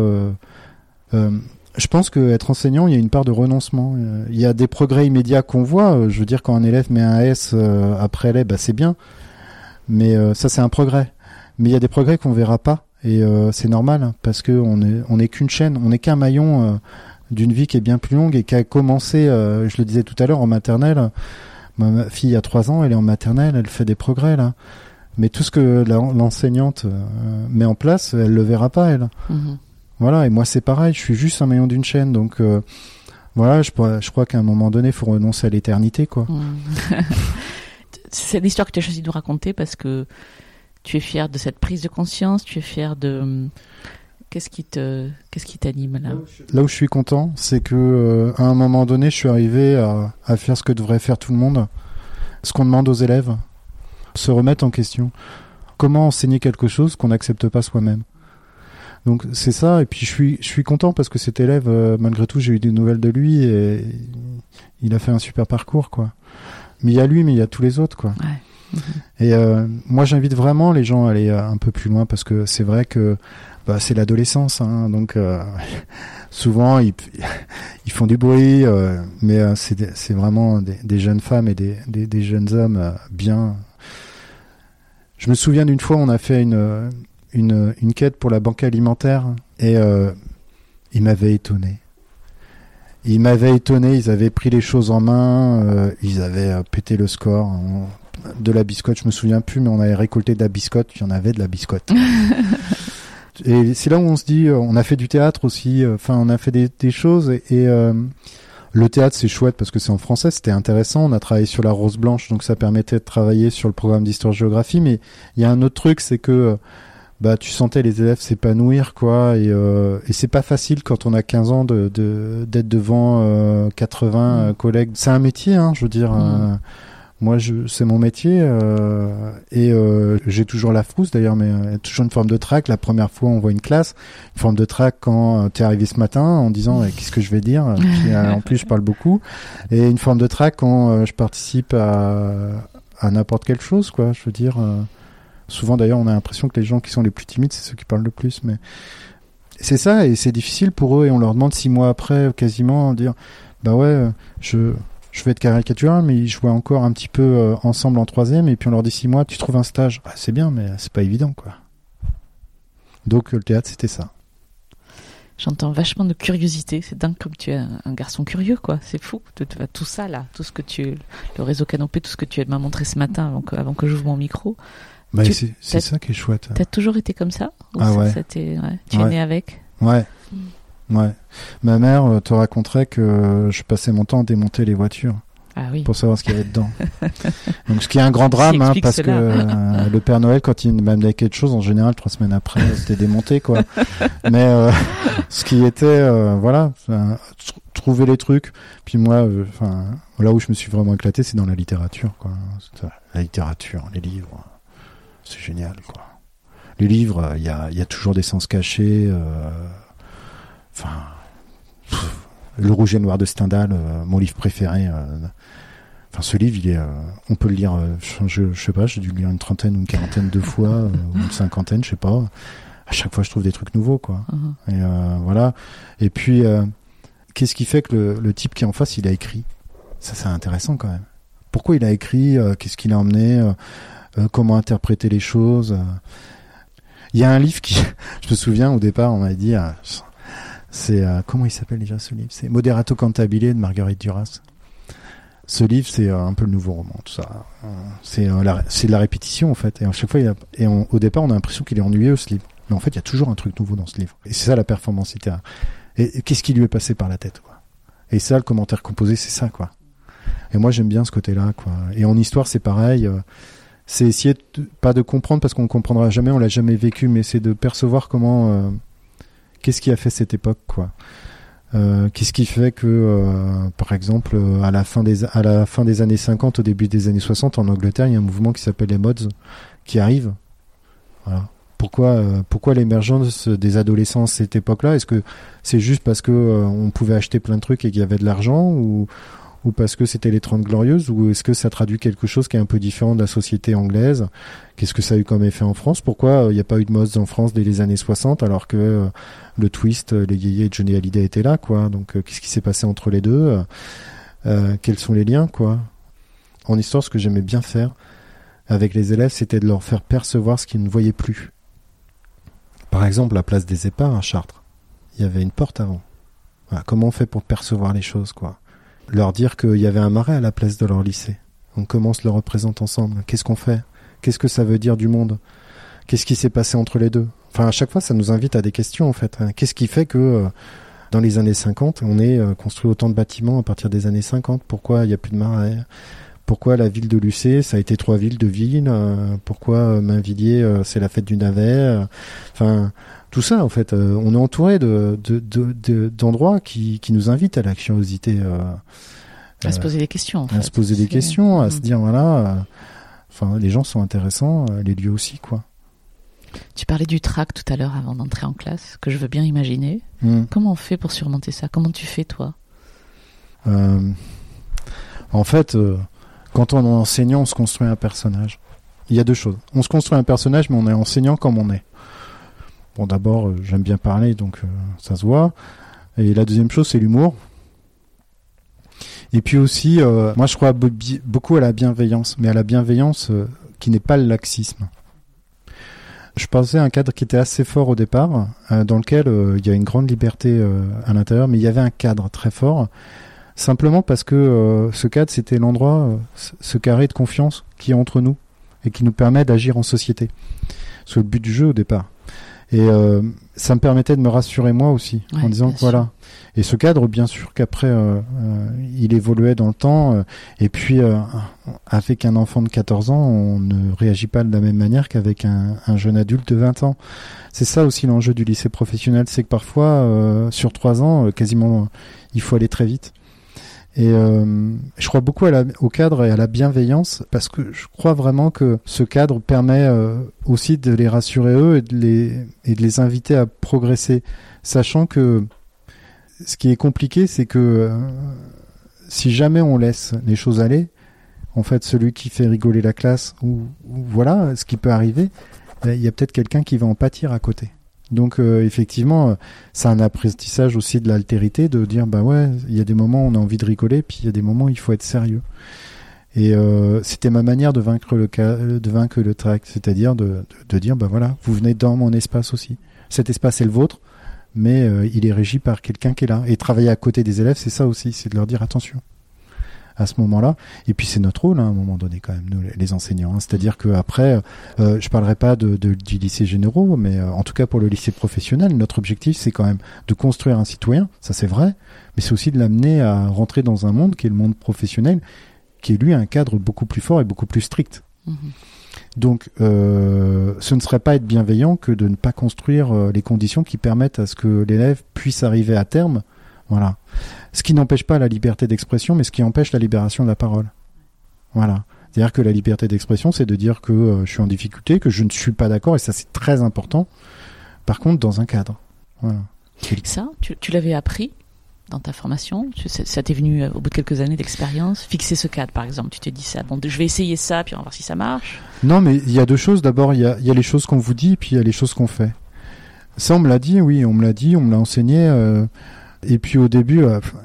Speaker 2: Je pense qu'être enseignant, il y a une part de renoncement. Il y a des progrès immédiats qu'on voit. Je veux dire, quand un élève met un S après les, c'est bien, mais ça c'est un progrès. Mais il y a des progrès qu'on verra pas, et c'est normal parce que on est qu'une chaîne, on n'est qu'un maillon d'une vie qui est bien plus longue et qui a commencé. Je le disais tout à l'heure en maternelle. Ma fille a 3 ans, elle est en maternelle, elle fait des progrès là. Mais tout ce que l'enseignante met en place, elle le verra pas, elle. Mmh. Voilà, et moi c'est pareil, je suis juste un maillon d'une chaîne, donc voilà, je crois qu'à un moment donné, il faut renoncer à l'éternité, quoi. Mmh.
Speaker 1: C'est l'histoire que tu as choisi de nous raconter parce que tu es fier de cette prise de conscience, tu es fier de... Qu'est-ce qui t'anime là?
Speaker 2: Là où je suis content, c'est que à un moment donné, je suis arrivé à faire ce que devrait faire tout le monde, ce qu'on demande aux élèves, se remettre en question. Comment enseigner quelque chose qu'on n'accepte pas soi-même? Donc c'est ça, et puis je suis content parce que cet élève, malgré tout, j'ai eu des nouvelles de lui et il a fait un super parcours, quoi. Mais il y a lui, mais il y a tous les autres, quoi. Ouais. Mmh. Et moi, j'invite vraiment les gens à aller un peu plus loin parce que c'est vrai que c'est l'adolescence, hein, donc souvent ils font du bruit, mais c'est vraiment des jeunes femmes et des jeunes hommes bien. Je me souviens d'une fois, on a fait une quête pour la banque alimentaire et ils m'avaient étonné. Ils avaient pris les choses en main, ils avaient pété le score. De la biscotte, je me souviens plus, mais on avait récolté de la biscotte, il y en avait de la biscotte. Et c'est là où on se dit, on a fait du théâtre aussi, on a fait des choses et Le théâtre, c'est chouette parce que c'est en français, c'était intéressant. On a travaillé sur la Rose Blanche, donc ça permettait de travailler sur le programme d'histoire-géographie. Mais il y a un autre truc, c'est que tu sentais les élèves s'épanouir, quoi. Et c'est pas facile quand on a 15 ans d'être devant 80 collègues. C'est un métier, hein, je veux dire. Moi, c'est mon métier et j'ai toujours la frousse d'ailleurs, mais il y a toujours une forme de trac. La première fois, on voit une classe, une forme de trac quand t'es arrivé ce matin en disant qu'est-ce que je vais dire. Puis, en plus, je parle beaucoup, et une forme de trac quand je participe à n'importe quelle chose, quoi. Je veux dire, souvent d'ailleurs, on a l'impression que les gens qui sont les plus timides, c'est ceux qui parlent le plus, mais c'est ça, et c'est difficile pour eux. Et on leur demande 6 mois après, quasiment, de dire je vais être caricatural, mais ils jouaient encore un petit peu ensemble en 3e, et puis on leur dit 6 mois, tu trouves un stage. C'est bien, mais c'est pas évident, quoi. Donc le théâtre, c'était ça.
Speaker 1: J'entends vachement de curiosité. C'est dingue comme tu es un garçon curieux, quoi. C'est fou. Tout ça, là, le réseau Canopé, tout ce que tu m'as montré ce matin avant que j'ouvre mon micro.
Speaker 2: C'est ça qui est chouette.
Speaker 1: T'as toujours été comme ça? Tu es né avec?
Speaker 2: Ouais. Ouais. Ma mère te raconterait que je passais mon temps à démonter les voitures.
Speaker 1: Ah oui.
Speaker 2: Pour savoir ce qu'il y avait dedans. Donc, ce qui est un grand drame, hein, parce que le Père Noël, quand il m'amenait quelque chose, en général, 3 semaines après, c'était démonté, quoi. Mais ce qui était, trouver les trucs. Puis moi, là où je me suis vraiment éclaté, c'est dans la littérature, quoi. La littérature, les livres, c'est génial, quoi. Les livres, il y a toujours des sens cachés. Le Rouge et Noir de Stendhal, mon livre préféré. Ce livre, on peut le lire. Je sais pas, j'ai dû le lire une 30aine ou une 40aine de fois, ou une 50aine, je sais pas. À chaque fois, je trouve des trucs nouveaux, quoi. Et voilà. Et puis, qu'est-ce qui fait que le type qui est en face, il a écrit? Ça, c'est intéressant quand même. Pourquoi il a écrit? Qu'est-ce qu'il a emmené? Comment interpréter les choses? Il y a un livre qui, je me souviens, au départ, on m'avait dit. C'est comment il s'appelle déjà ce livre? C'est Moderato Cantabile de Marguerite Duras. Ce livre, c'est un peu le nouveau roman, tout ça. C'est de la répétition en fait. Et à chaque fois, au départ, on a l'impression qu'il est ennuyeux ce livre. Mais en fait, il y a toujours un truc nouveau dans ce livre. Et c'est ça la performance littéraire. Et qu'est-ce qui lui est passé par la tête, quoi. Et ça, le commentaire composé, c'est ça, quoi. Et moi, j'aime bien ce côté-là, quoi. Et en histoire, c'est pareil. C'est essayer pas de comprendre parce qu'on ne comprendra jamais, on l'a jamais vécu, mais c'est de percevoir comment. Qu'est-ce qui a fait cette époque, quoi? Qu'est-ce qui fait que, par exemple, à la fin des années 50, au début des années 60, en Angleterre, il y a un mouvement qui s'appelle les mods qui arrive. Voilà. Pourquoi l'émergence des adolescents à cette époque-là? Est-ce que c'est juste parce que on pouvait acheter plein de trucs et qu'il y avait de l'argent, ou parce que c'était les 30 Glorieuses, ou est-ce que ça traduit quelque chose qui est un peu différent de la société anglaise? Qu'est-ce que ça a eu comme effet en France? Pourquoi il n'y a pas eu de mods en France dès les années 60 alors que le twist, les yéyés et Johnny Hallyday étaient là, quoi? Donc qu'est-ce qui s'est passé entre les deux? Quels sont les liens, quoi? En histoire, ce que j'aimais bien faire avec les élèves, c'était de leur faire percevoir ce qu'ils ne voyaient plus. Par exemple, la place des Éparts à Chartres, il y avait une porte avant. Voilà, comment on fait pour percevoir les choses, quoi? Leur dire qu'il y avait un marais à la place de leur lycée. On commence le représente ensemble. Qu'est-ce qu'on fait? Qu'est-ce que ça veut dire du monde? Qu'est-ce qui s'est passé entre les deux? Enfin, à chaque fois, ça nous invite à des questions, en fait. Qu'est-ce qui fait que, dans les années 50, on ait construit autant de bâtiments à partir des années 50? Pourquoi il n'y a plus de marais? Pourquoi la ville de Lucé, ça a été 3 villes, 2 villes? Pourquoi Mainvilliers, c'est la fête du navet? Enfin, tout ça, en fait, on est entouré d'endroits qui nous invitent à la curiosité.
Speaker 1: À se poser des questions, en fait.
Speaker 2: À se poser des questions, à se dire, voilà, les gens sont intéressants, les lieux aussi, quoi.
Speaker 1: Tu parlais du trac tout à l'heure avant d'entrer en classe, que je veux bien imaginer. Comment on fait pour surmonter ça? Comment tu fais, toi?
Speaker 2: En fait, quand on est enseignant, on se construit un personnage. Il y a 2 choses. On se construit un personnage, mais on est enseignant comme on est. Bon, d'abord, j'aime bien parler, donc ça se voit. Et la deuxième chose, c'est l'humour. Et puis aussi, moi, je crois beaucoup à la bienveillance, mais à la bienveillance qui n'est pas le laxisme. Je pensais à un cadre qui était assez fort au départ, dans lequel il y a une grande liberté à l'intérieur, mais il y avait un cadre très fort, simplement parce que ce cadre, c'était l'endroit, ce carré de confiance qui est entre nous et qui nous permet d'agir en société. C'est le but du jeu au départ. Et ça me permettait de me rassurer moi aussi, en disant que voilà. Et ce cadre, bien sûr qu'après, il évoluait dans le temps. Et puis, avec un enfant de 14 ans, on ne réagit pas de la même manière qu'avec un jeune adulte de 20 ans. C'est ça aussi l'enjeu du lycée professionnel, c'est que parfois, sur 3 ans, quasiment, il faut aller très vite. Et je crois beaucoup au cadre et à la bienveillance, parce que je crois vraiment que ce cadre permet aussi de les rassurer eux et de les inviter à progresser, sachant que ce qui est compliqué, c'est que si jamais on laisse les choses aller, en fait, celui qui fait rigoler la classe, ou voilà, ce qui peut arriver, il y a peut-être quelqu'un qui va en pâtir à côté. Donc effectivement, c'est un apprentissage aussi de l'altérité, de dire bah ouais, il y a des moments où on a envie de rigoler, puis il y a des moments où il faut être sérieux. Et c'était ma manière de vaincre le tract, c'est-à-dire de dire bah voilà, vous venez dans mon espace aussi. Cet espace est le vôtre, mais il est régi par quelqu'un qui est là. Et travailler à côté des élèves, c'est ça aussi, c'est de leur dire attention à ce moment-là. Et puis c'est notre rôle, hein, à un moment donné quand même, nous les enseignants. Hein. C'est-à-dire que après, je parlerai pas du lycée généraux, mais en tout cas pour le lycée professionnel, notre objectif c'est quand même de construire un citoyen, ça c'est vrai, mais c'est aussi de l'amener à rentrer dans un monde qui est le monde professionnel, qui est lui un cadre beaucoup plus fort et beaucoup plus strict. Mmh. Donc ce ne serait pas être bienveillant que de ne pas construire les conditions qui permettent à ce que l'élève puisse arriver à terme. Voilà. Ce qui n'empêche pas la liberté d'expression, mais ce qui empêche la libération de la parole. Voilà. C'est-à-dire que la liberté d'expression, c'est de dire que je suis en difficulté, que je ne suis pas d'accord, et ça c'est très important. Par contre, dans un cadre. Voilà.
Speaker 1: Ça, tu l'avais appris dans ta formation, ça t'est venu au bout de quelques années d'expérience, fixer ce cadre par exemple, tu t'es dit ça, bon, je vais essayer ça, puis on va voir si ça marche.
Speaker 2: Non, mais il y a deux choses. D'abord, il y a les choses qu'on vous dit, puis il y a les choses qu'on fait. Ça, on me l'a dit, oui, on me l'a enseigné. Et puis au début,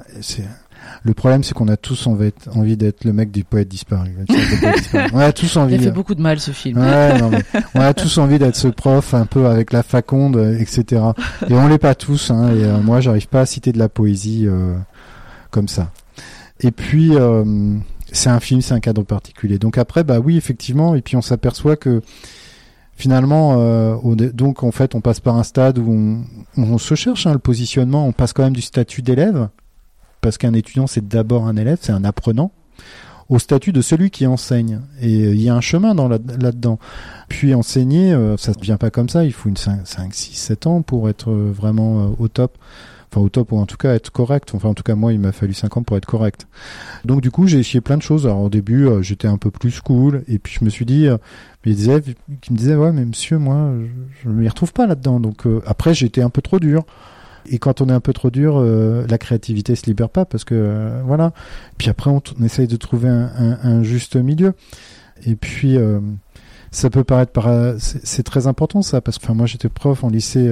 Speaker 2: le problème, c'est qu'on a tous envie d'être le mec du poète disparu. On a tous envie.
Speaker 1: Il a fait beaucoup de mal ce film.
Speaker 2: Ouais, non, mais on a tous envie d'être ce prof un peu avec la faconde, etc. Et on l'est pas tous. Hein, et moi, j'arrive pas à citer de la poésie comme ça. Et puis, c'est un film, c'est un cadre particulier. Donc après, bah oui, effectivement. Et puis on s'aperçoit que finalement, donc en fait, on passe par un stade où on se cherche, hein, le positionnement. On passe quand même du statut d'élève, parce qu'un étudiant, c'est d'abord un élève, c'est un apprenant, au statut de celui qui enseigne. Et il y a un chemin là-dedans. Puis enseigner, ça ne vient pas comme ça. Il faut 5, 6, 7 ans pour être vraiment au top. Enfin, au top, ou en tout cas être correct. Enfin, en tout cas, moi, il m'a fallu 5 ans pour être correct. Donc, du coup, j'ai essayé plein de choses. Alors, au début, j'étais un peu plus cool. Et puis, je me suis dit, il y a des élèves qui me disaient, ouais, mais monsieur, moi, je ne m'y retrouve pas là-dedans. Donc, après, j'étais un peu trop dur. Et quand on est un peu trop dur, la créativité se libère pas, parce que, voilà. Puis après, on essaye de trouver un juste milieu. Et puis, ça peut paraître, c'est très important, ça, parce que, enfin, moi, j'étais prof en lycée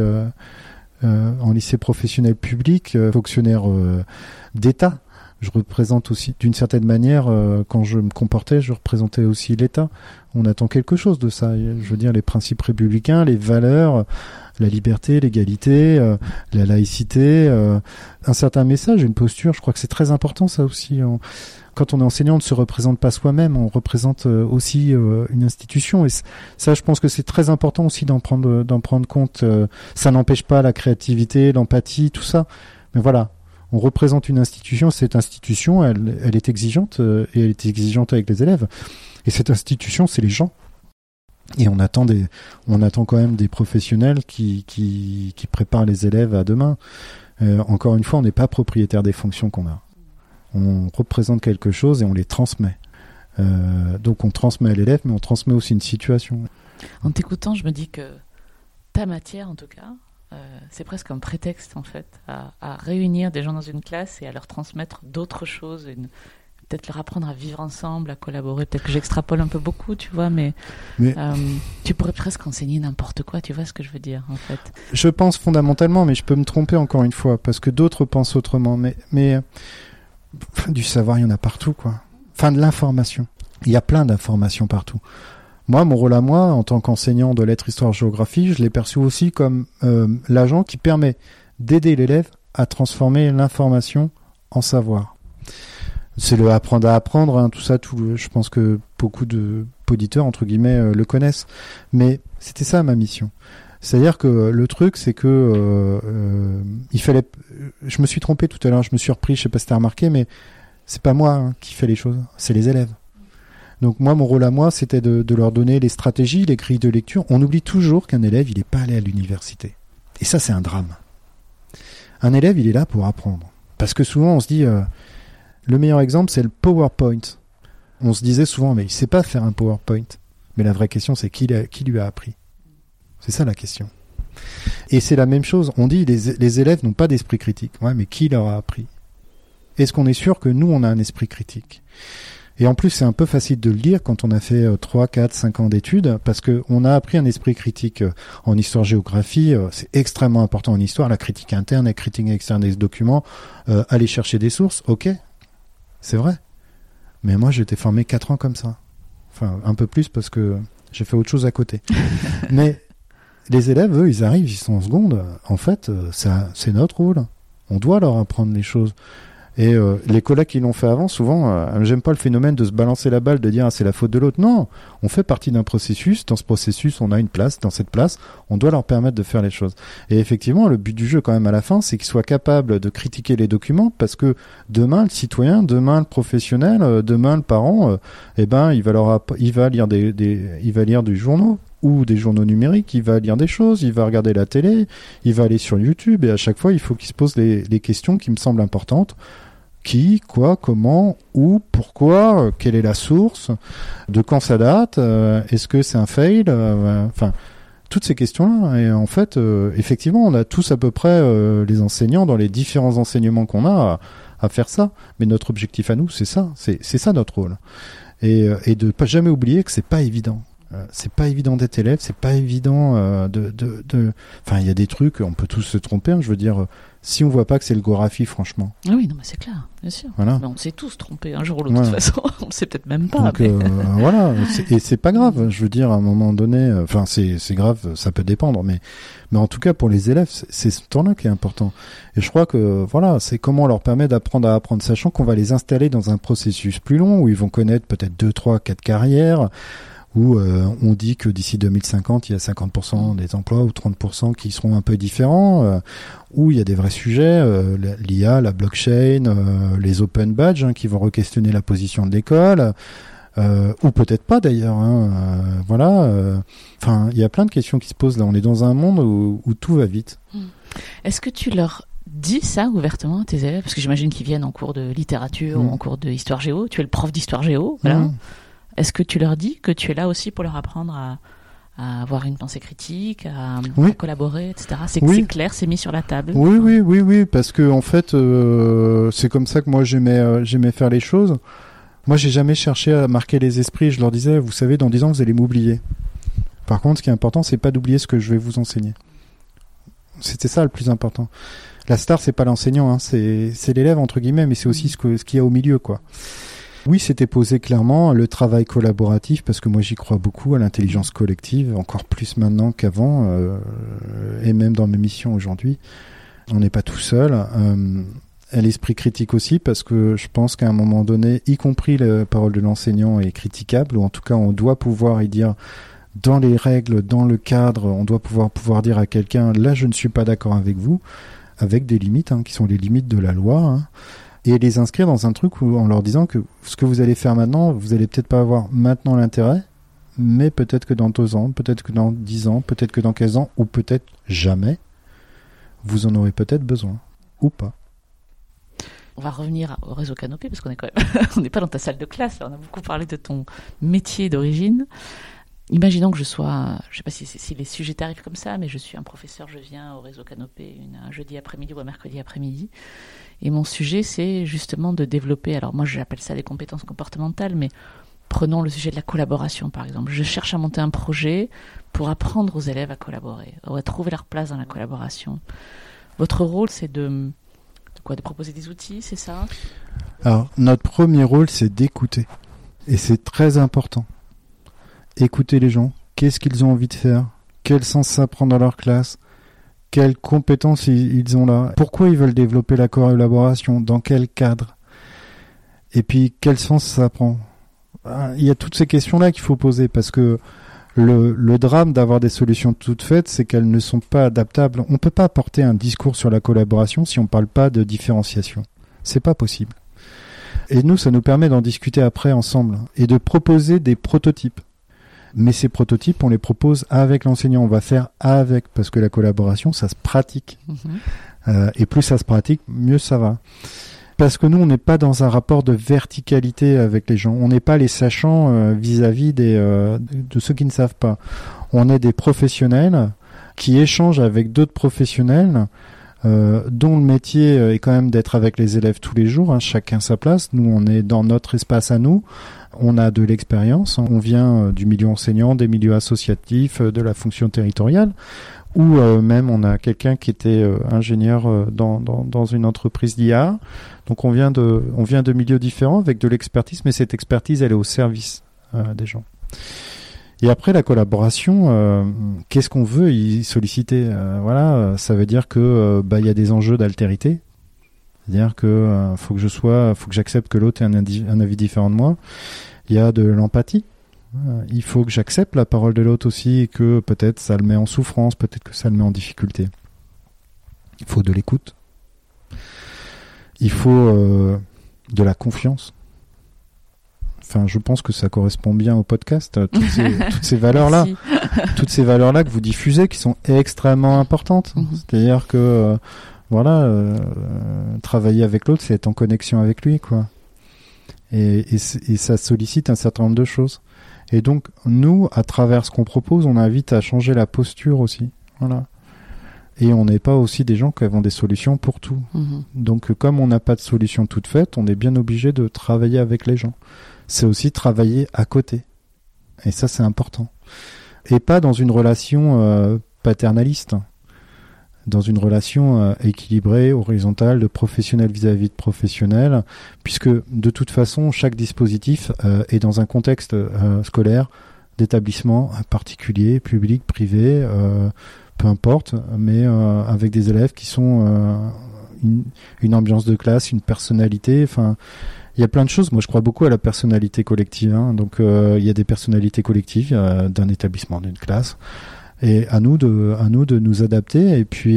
Speaker 2: professionnel public, fonctionnaire d'État. Je représente aussi, d'une certaine manière, quand je me comportais, je représentais aussi l'État. On attend quelque chose de ça. Je veux dire, les principes républicains, les valeurs, la liberté, l'égalité, la laïcité, un certain message, une posture. Je crois que c'est très important, ça aussi. Quand on est enseignant, on ne se représente pas soi-même, on représente aussi une institution. Et ça, je pense que c'est très important aussi d'en prendre compte. Ça n'empêche pas la créativité, l'empathie, tout ça. Mais voilà, on représente une institution. Cette institution, elle est exigeante, et elle est exigeante avec les élèves. Et cette institution, c'est les gens. Et on attend quand même des professionnels qui préparent les élèves à demain. Encore une fois, on n'est pas propriétaire des fonctions qu'on a. On représente quelque chose et on les transmet. Donc on transmet à l'élève, mais on transmet aussi une situation.
Speaker 1: En t'écoutant, je me dis que ta matière, en tout cas, c'est presque un prétexte, en fait, à réunir des gens dans une classe et à leur transmettre d'autres choses, peut-être leur apprendre à vivre ensemble, à collaborer. Peut-être que j'extrapole un peu beaucoup, tu vois, mais tu pourrais presque enseigner n'importe quoi, tu vois ce que je veux dire, en fait.
Speaker 2: Je pense fondamentalement, mais je peux me tromper encore une fois, parce que d'autres pensent autrement. Mais du savoir, il y en a partout, quoi. Enfin, de l'information. Il y a plein d'informations partout. Moi, mon rôle à moi, en tant qu'enseignant de lettres, histoire, géographie, je l'ai perçu aussi comme l'agent qui permet d'aider l'élève à transformer l'information en savoir. C'est le apprendre à apprendre, hein, tout ça, je pense que beaucoup d'auditeurs, entre guillemets, le connaissent. Mais c'était ça ma mission. C'est-à-dire que le truc, c'est que il fallait. Je me suis trompé tout à l'heure, je me suis repris, je sais pas si t'as remarqué, mais c'est pas moi qui fais les choses, c'est les élèves. Donc moi, mon rôle à moi, c'était de leur donner les stratégies, les grilles de lecture. On oublie toujours qu'un élève, il n'est pas allé à l'université. Et ça, c'est un drame. Un élève, il est là pour apprendre. Parce que souvent, on se dit, le meilleur exemple, c'est le PowerPoint. On se disait souvent, mais il sait pas faire un PowerPoint. Mais la vraie question, c'est qui lui a appris. C'est ça la question. Et c'est la même chose. On dit, les élèves n'ont pas d'esprit critique. Ouais, mais qui leur a appris? Est-ce qu'on est sûr que nous, on a un esprit critique? Et en plus, c'est un peu facile de le dire quand on a fait 3, 4, 5 ans d'études, parce que on a appris un esprit critique en histoire-géographie. C'est extrêmement important en histoire, la critique interne, la critique externe des documents, aller chercher des sources, ok, c'est vrai. Mais moi, j'ai été formé 4 ans comme ça. Enfin, un peu plus parce que j'ai fait autre chose à côté. Mais les élèves, eux, ils arrivent, ils sont en seconde. En fait, c'est notre rôle. On doit leur apprendre les choses. Et les collègues qui l'ont fait avant, souvent, j'aime pas le phénomène de se balancer la balle, de dire c'est la faute de l'autre. Non, on fait partie d'un processus. Dans ce processus, on a une place. Dans cette place, on doit leur permettre de faire les choses. Et effectivement, le but du jeu, quand même, à la fin, c'est qu'ils soient capables de critiquer les documents, parce que demain, le citoyen, demain, le professionnel, demain, le parent, il va lire du journaux ou des journaux numériques, il va lire des choses, il va regarder la télé, il va aller sur YouTube, et à chaque fois, il faut qu'il se pose les questions qui me semblent importantes. Qui, quoi, comment, où, pourquoi, quelle est la source, de quand ça date, est-ce que c'est un fail, enfin, toutes ces questions-là. Et en fait, effectivement, on a tous à peu près les enseignants dans les différents enseignements qu'on a à faire ça. Mais notre objectif à nous, c'est ça, c'est ça notre rôle. Et de pas jamais oublier que c'est pas évident. C'est pas évident d'être élève, c'est pas évident enfin, il y a des trucs, on peut tous se tromper, hein, je veux dire, si on voit pas que c'est le Gorafi, franchement.
Speaker 1: Ah oui, non, mais c'est clair, bien sûr.
Speaker 2: Voilà.
Speaker 1: Mais on s'est tous trompés un jour ou l'autre, de toute façon. On le sait peut-être même pas.
Speaker 2: Donc, voilà. Et c'est pas grave. Je veux dire, à un moment donné, enfin, c'est grave, ça peut dépendre, mais en tout cas, pour les élèves, c'est ce temps-là qui est important. Et je crois que, voilà, c'est comment on leur permet d'apprendre à apprendre, sachant qu'on va les installer dans un processus plus long, où ils vont connaître peut-être 2, 3, 4 carrières, où on dit que d'ici 2050, il y a 50% des emplois ou 30% qui seront un peu différents, où il y a des vrais sujets, l'IA, la blockchain, les open badges qui vont re-questionner la position de l'école, ou peut-être pas d'ailleurs. Voilà. Enfin, il y a plein de questions qui se posent là. On est dans un monde où tout va vite.
Speaker 1: Est-ce que tu leur dis ça ouvertement à tes élèves? Parce que j'imagine qu'ils viennent en cours de littérature ou en cours de histoire géo. Tu es le prof d'histoire géo, voilà. Est-ce que tu leur dis que tu es là aussi pour leur apprendre à avoir une pensée critique, à collaborer, etc. C'est clair, c'est mis sur la table.
Speaker 2: Oui, parce que en fait, c'est comme ça que moi j'aimais faire les choses. Moi, j'ai jamais cherché à marquer les esprits. Je leur disais, vous savez, dans 10 ans, vous allez m'oublier. Par contre, ce qui est important, c'est pas d'oublier ce que je vais vous enseigner. C'était ça le plus important. La star, c'est pas l'enseignant, hein, c'est l'élève entre guillemets, mais c'est aussi ce qu'il y a au milieu, quoi. Oui, c'était posé clairement le travail collaboratif, parce que moi j'y crois beaucoup à l'intelligence collective, encore plus maintenant qu'avant, et même dans mes missions aujourd'hui. On n'est pas tout seul. À l'esprit critique aussi, parce que je pense qu'à un moment donné, y compris la parole de l'enseignant est critiquable, ou en tout cas on doit pouvoir y dire, dans les règles, dans le cadre, on doit pouvoir dire à quelqu'un, là je ne suis pas d'accord avec vous, avec des limites, qui sont les limites de la loi, et les inscrire dans un truc où, en leur disant que ce que vous allez faire maintenant, vous allez peut-être pas avoir maintenant l'intérêt, mais peut-être que dans 2 ans, peut-être que dans 10 ans, peut-être que dans 15 ans, ou peut-être jamais, vous en aurez peut-être besoin, ou pas.
Speaker 1: On va revenir au réseau Canopé, parce qu'on est quand même, on n'est pas dans ta salle de classe, là. On a beaucoup parlé de ton métier d'origine. Imaginons que je sois, je sais pas si les sujets t'arrivent comme ça, mais je suis un professeur, je viens au réseau Canopé un jeudi après-midi ou un mercredi après-midi. Et mon sujet, c'est justement de développer, alors moi j'appelle ça des compétences comportementales, mais prenons le sujet de la collaboration par exemple. Je cherche à monter un projet pour apprendre aux élèves à collaborer, à trouver leur place dans la collaboration. Votre rôle, c'est de proposer des outils, c'est ça?
Speaker 2: Alors, notre premier rôle, c'est d'écouter. Et c'est très important. Écouter les gens. Qu'est-ce qu'ils ont envie de faire? Quel sens ça prend dans leur classe? Quelles compétences ils ont là? Pourquoi ils veulent développer la collaboration? Dans quel cadre? Et puis, quel sens ça prend? Il y a toutes ces questions-là qu'il faut poser, parce que Le drame d'avoir des solutions toutes faites, c'est qu'elles ne sont pas adaptables. On peut pas apporter un discours sur la collaboration si on parle pas de différenciation. C'est pas possible. Et nous, ça nous permet d'en discuter après ensemble et de proposer des prototypes. Mais ces prototypes, on les propose avec l'enseignant. On va faire avec, parce que la collaboration, ça se pratique. Et plus ça se pratique, mieux ça va. Parce que nous, on n'est pas dans un rapport de verticalité avec les gens. On n'est pas les sachants vis-à-vis de ceux qui ne savent pas. On est des professionnels qui échangent avec d'autres professionnels dont le métier est quand même d'être avec les élèves tous les jours, hein, chacun sa place. Nous, on est dans notre espace à nous. On a de l'expérience. On vient du milieu enseignant, des milieux associatifs, de la fonction territoriale. Ou même on a quelqu'un qui était ingénieur dans une entreprise d'IA. Donc on vient de milieux différents avec de l'expertise, mais cette expertise, elle est au service des gens. Et après la collaboration, qu'est-ce qu'on veut y solliciter Voilà, ça veut dire que il y a des enjeux d'altérité. C'est-à-dire que faut que j'accepte que l'autre ait un avis différent de moi. Il y a de l'empathie. Il faut que j'accepte la parole de l'autre aussi et que peut-être ça le met en souffrance, peut-être que ça le met en difficulté. Il faut de l'écoute. Il faut de la confiance. Enfin, je pense que ça correspond bien au podcast, toutes ces valeurs-là. Toutes ces valeurs-là que vous diffusez qui sont extrêmement importantes. C'est-à-dire que travailler avec l'autre, c'est être en connexion avec lui, quoi. Et ça sollicite un certain nombre de choses. Et donc, nous, à travers ce qu'on propose, on invite à changer la posture aussi. Voilà. Et on n'est pas aussi des gens qui avons des solutions pour tout. Donc, comme on n'a pas de solution toute faite, on est bien obligé de travailler avec les gens. C'est aussi travailler à côté. Et ça, c'est important. Et pas dans une relation paternaliste. Dans une relation équilibrée, horizontale, de professionnel vis-à-vis de professionnel, puisque de toute façon, chaque dispositif est dans un contexte scolaire, d'établissement particulier, public, privé, peu importe, mais avec des élèves qui sont une ambiance de classe, une personnalité, enfin... Il y a plein de choses. Moi, je crois beaucoup à la personnalité collective. Hein. Donc, il y a des personnalités collectives d'un établissement, d'une classe. Et à nous de nous adapter. Et puis,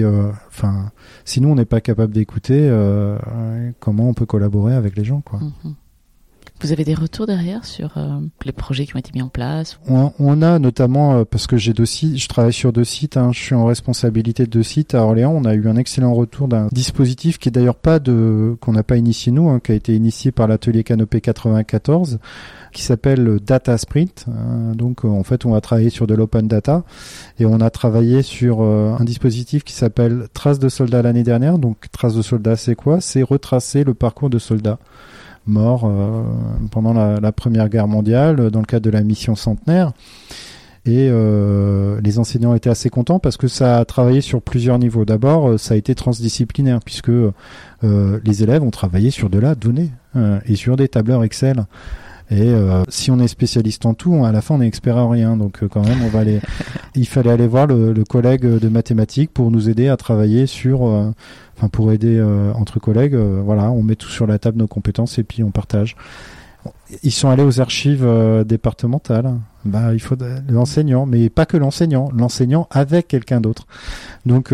Speaker 2: si nous on n'est pas capable d'écouter, comment on peut collaborer avec les gens, quoi.
Speaker 1: Vous avez des retours derrière sur les projets qui ont été mis en place?
Speaker 2: On a notamment, parce que j'ai 2 sites, je travaille sur 2 sites, hein, je suis en responsabilité de 2 sites à Orléans. On a eu un excellent retour d'un dispositif qui est d'ailleurs qu'on n'a pas initié nous, hein, qui a été initié par l'atelier Canopée 94, qui s'appelle Data Sprint. Donc en fait, on va travailler sur de l'open data et on a travaillé sur un dispositif qui s'appelle Traces de soldats l'année dernière. Donc Traces de soldats, c'est quoi? C'est retracer le parcours de soldats morts pendant la Première Guerre mondiale dans le cadre de la mission Centenaire. Et les enseignants étaient assez contents parce que ça a travaillé sur plusieurs niveaux. D'abord, ça a été transdisciplinaire puisque les élèves ont travaillé sur de la donnée et sur des tableurs Excel. Et si on est spécialiste en tout, à la fin on est expert en rien. Donc quand même, il fallait aller voir le collègue de mathématiques pour nous aider à travailler sur, pour aider entre collègues. Voilà, on met tout sur la table, nos compétences, et puis on partage. Ils sont allés aux archives départementales. Il faut l'enseignant, mais pas que l'enseignant avec quelqu'un d'autre. Donc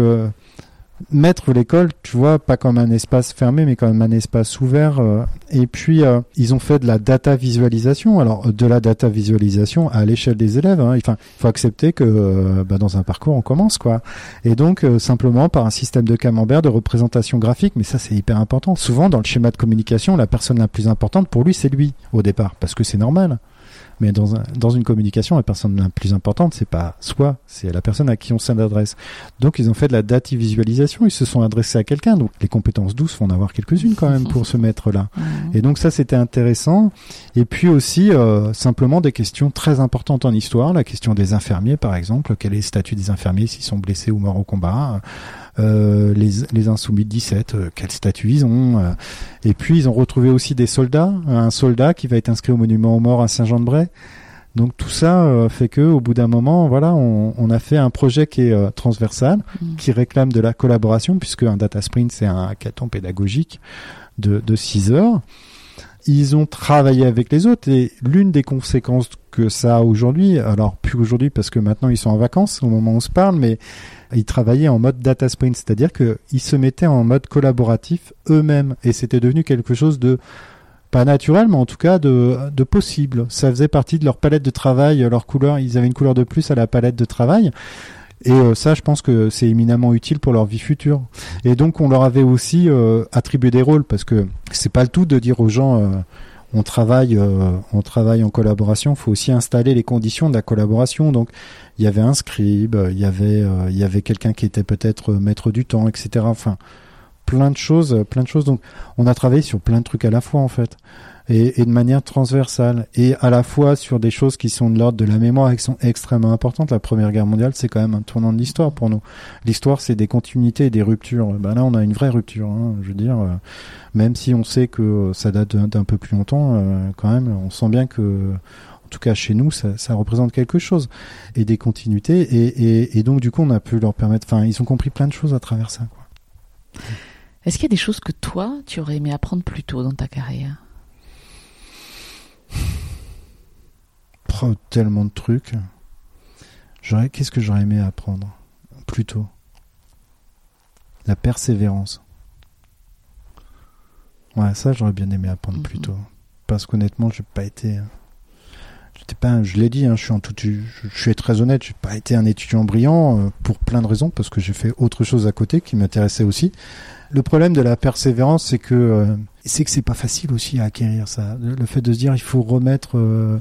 Speaker 2: mettre l'école, tu vois, pas comme un espace fermé, mais comme un espace ouvert. Et puis, ils ont fait de la data visualisation. Alors, de la data visualisation à l'échelle des élèves. Hein. Enfin, il faut accepter que dans un parcours, on commence, quoi. Et donc, simplement par un système de camembert, de représentation graphique. Mais ça, c'est hyper important. Souvent, dans le schéma de communication, la personne la plus importante pour lui, c'est lui, au départ, parce que c'est normal. Mais dans une communication, la personne la plus importante, c'est pas soi, c'est la personne à qui on s'adresse. Donc, ils ont fait de la data visualisation, ils se sont adressés à quelqu'un. Donc, les compétences douces, faut en avoir quelques-unes quand même pour se mettre là. Et donc, ça, c'était intéressant. Et puis aussi, simplement des questions très importantes en histoire. La question des infirmiers, par exemple. Quel est le statut des infirmiers s'ils sont blessés ou morts au combat? Les insoumis de 17, quel statut ils ont, et puis ils ont retrouvé aussi des soldats, un soldat qui va être inscrit au monument aux morts à Saint-Jean-de-Bray. Donc tout ça fait que au bout d'un moment, voilà, on a fait un projet qui est transversal, qui réclame de la collaboration, puisque un data sprint c'est un hackathon pédagogique de 6 heures. ils ont travaillé avec les autres et l'une des conséquences que ça a aujourd'hui, alors plus aujourd'hui parce que maintenant ils sont en vacances au moment où on se parle, mais ils travaillaient en mode data sprint, c'est-à-dire qu'ils se mettaient en mode collaboratif eux-mêmes et c'était devenu quelque chose de pas naturel, mais en tout cas de possible. Ça faisait partie de leur palette de travail, leur couleur, ils avaient une couleur de plus à la palette de travail. Et ça, je pense que c'est éminemment utile pour leur vie future. Et donc, on leur avait aussi attribué des rôles, parce que c'est pas le tout de dire aux gens on travaille en collaboration. Il faut aussi installer les conditions de la collaboration. Donc, il y avait un scribe, il y avait quelqu'un qui était peut-être maître du temps, etc. Enfin, plein de choses. Donc, on a travaillé sur plein de trucs à la fois, en fait. Et de manière transversale, et à la fois sur des choses qui sont de l'ordre de la mémoire et qui sont extrêmement importantes. La Première Guerre mondiale, c'est quand même un tournant de l'histoire pour nous. L'histoire, c'est des continuités et des ruptures. Ben là, on a une vraie rupture. Je veux dire, même si on sait que ça date d'un peu plus longtemps, quand même, on sent bien que, en tout cas chez nous, ça représente quelque chose et des continuités. Et donc, du coup, on a pu leur permettre. Enfin, ils ont compris plein de choses à travers ça, quoi.
Speaker 1: Est-ce qu'il y a des choses que toi, tu aurais aimé apprendre plus tôt dans ta carrière ?
Speaker 2: Tellement de trucs. Qu'est-ce que j'aurais aimé apprendre plus tôt ? La persévérance. Ouais, ça j'aurais bien aimé apprendre plus tôt. Parce qu'honnêtement, je l'ai dit, je suis très honnête, j'ai pas été un étudiant brillant pour plein de raisons, parce que j'ai fait autre chose à côté qui m'intéressait aussi. Le problème de la persévérance, c'est que c'est pas facile aussi à acquérir ça. Le fait de se dire, il faut remettre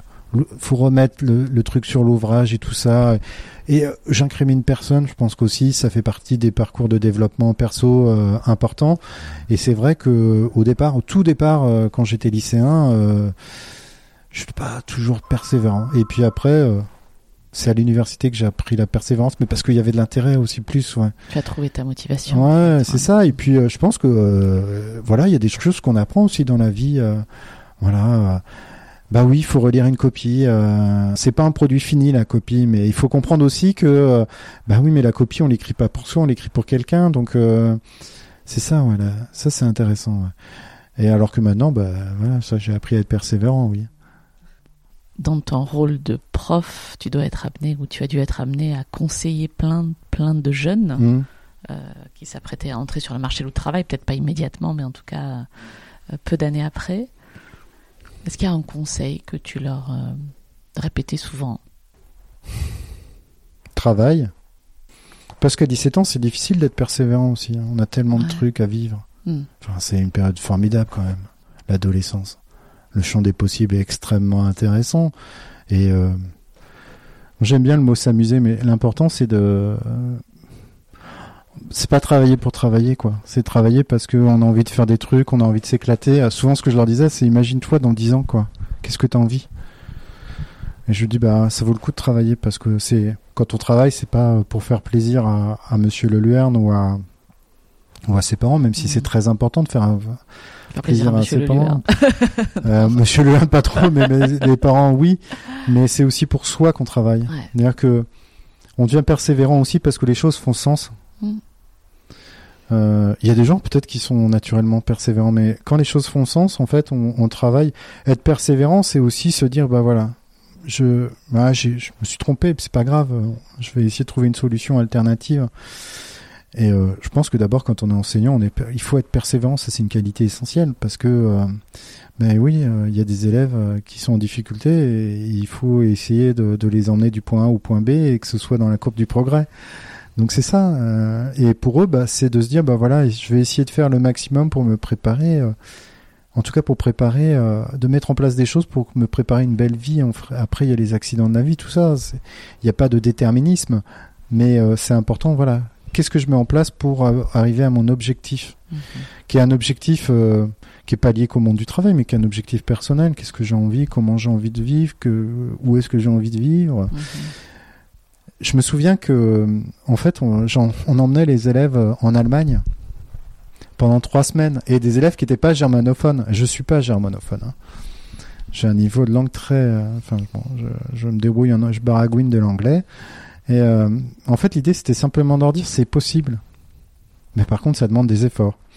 Speaker 2: le truc sur l'ouvrage et tout ça. Et j'incrimine personne, je pense qu'aussi ça fait partie des parcours de développement perso importants. Et c'est vrai que au tout départ, quand j'étais lycéen, je suis pas toujours persévérant. Et puis après, c'est à l'université que j'ai appris la persévérance, mais parce qu'il y avait de l'intérêt aussi plus. Ouais.
Speaker 1: Tu as trouvé ta motivation.
Speaker 2: Ouais, c'est ça. Et puis je pense que voilà, il y a des choses qu'on apprend aussi dans la vie. Bah oui, il faut relire une copie. C'est pas un produit fini la copie, mais il faut comprendre aussi que bah oui, mais la copie on l'écrit pas pour soi, on l'écrit pour quelqu'un. Donc c'est ça, voilà. Ça c'est intéressant. Ouais. Et alors que maintenant, bah voilà, ça j'ai appris à être persévérant, oui.
Speaker 1: Dans ton rôle de prof, tu as dû être amené à conseiller plein de jeunes qui s'apprêtaient à entrer sur le marché du travail, peut-être pas immédiatement, mais en tout cas peu d'années après. Est-ce qu'il y a un conseil que tu leur répétais souvent ? Travail.
Speaker 2: Parce qu'à 17 ans, c'est difficile d'être persévérant aussi. On a tellement de trucs à vivre. Enfin, c'est une période formidable quand même, l'adolescence. Le champ des possibles est extrêmement intéressant. Et j'aime bien le mot s'amuser, mais l'important c'est c'est pas travailler pour travailler, quoi. C'est travailler parce qu'on a envie de faire des trucs, on a envie de s'éclater. Souvent, ce que je leur disais, c'est imagine-toi dans 10 ans, quoi. Qu'est-ce que t'as envie ? Et je dis, bah, ça vaut le coup de travailler parce que quand on travaille, c'est pas pour faire plaisir à Monsieur Leluerne ou à ses parents, même si c'est très important de faire plaisir à ses parents. Monsieur Leluerne, pas trop, mais les parents, oui. Mais c'est aussi pour soi qu'on travaille. Ouais. C'est-à-dire que on devient persévérant aussi parce que les choses font sens. Il y a des gens peut-être qui sont naturellement persévérants, mais quand les choses font sens, en fait, on travaille. Être persévérant, c'est aussi se dire, bah voilà, je me suis trompé, c'est pas grave, je vais essayer de trouver une solution alternative. Et je pense que d'abord, quand on est enseignant, il faut être persévérant, ça c'est une qualité essentielle, parce que, ben oui, il y a des élèves qui sont en difficulté et il faut essayer de les emmener du point A au point B et que ce soit dans la courbe du progrès. Donc c'est ça, et pour eux, bah, c'est de se dire, bah voilà, je vais essayer de faire le maximum pour me préparer, en tout cas pour préparer, de mettre en place des choses pour me préparer une belle vie. Après, il y a les accidents de la vie, tout ça, il n'y a pas de déterminisme, mais c'est important, voilà. Qu'est-ce que je mets en place pour arriver à mon objectif, qui est un objectif qui est pas lié qu'au monde du travail, mais qui est un objectif personnel. Qu'est-ce que j'ai envie, comment j'ai envie de vivre, où est-ce que j'ai envie de vivre. Je me souviens que, en fait, on emmenait les élèves en Allemagne pendant 3 semaines, et des élèves qui n'étaient pas germanophones. Je suis pas germanophone. Hein. J'ai un niveau de langue très, je me débrouille, je baragouine de l'anglais. Et en fait, l'idée, c'était simplement de leur dire, c'est possible. Mais par contre, ça demande des efforts.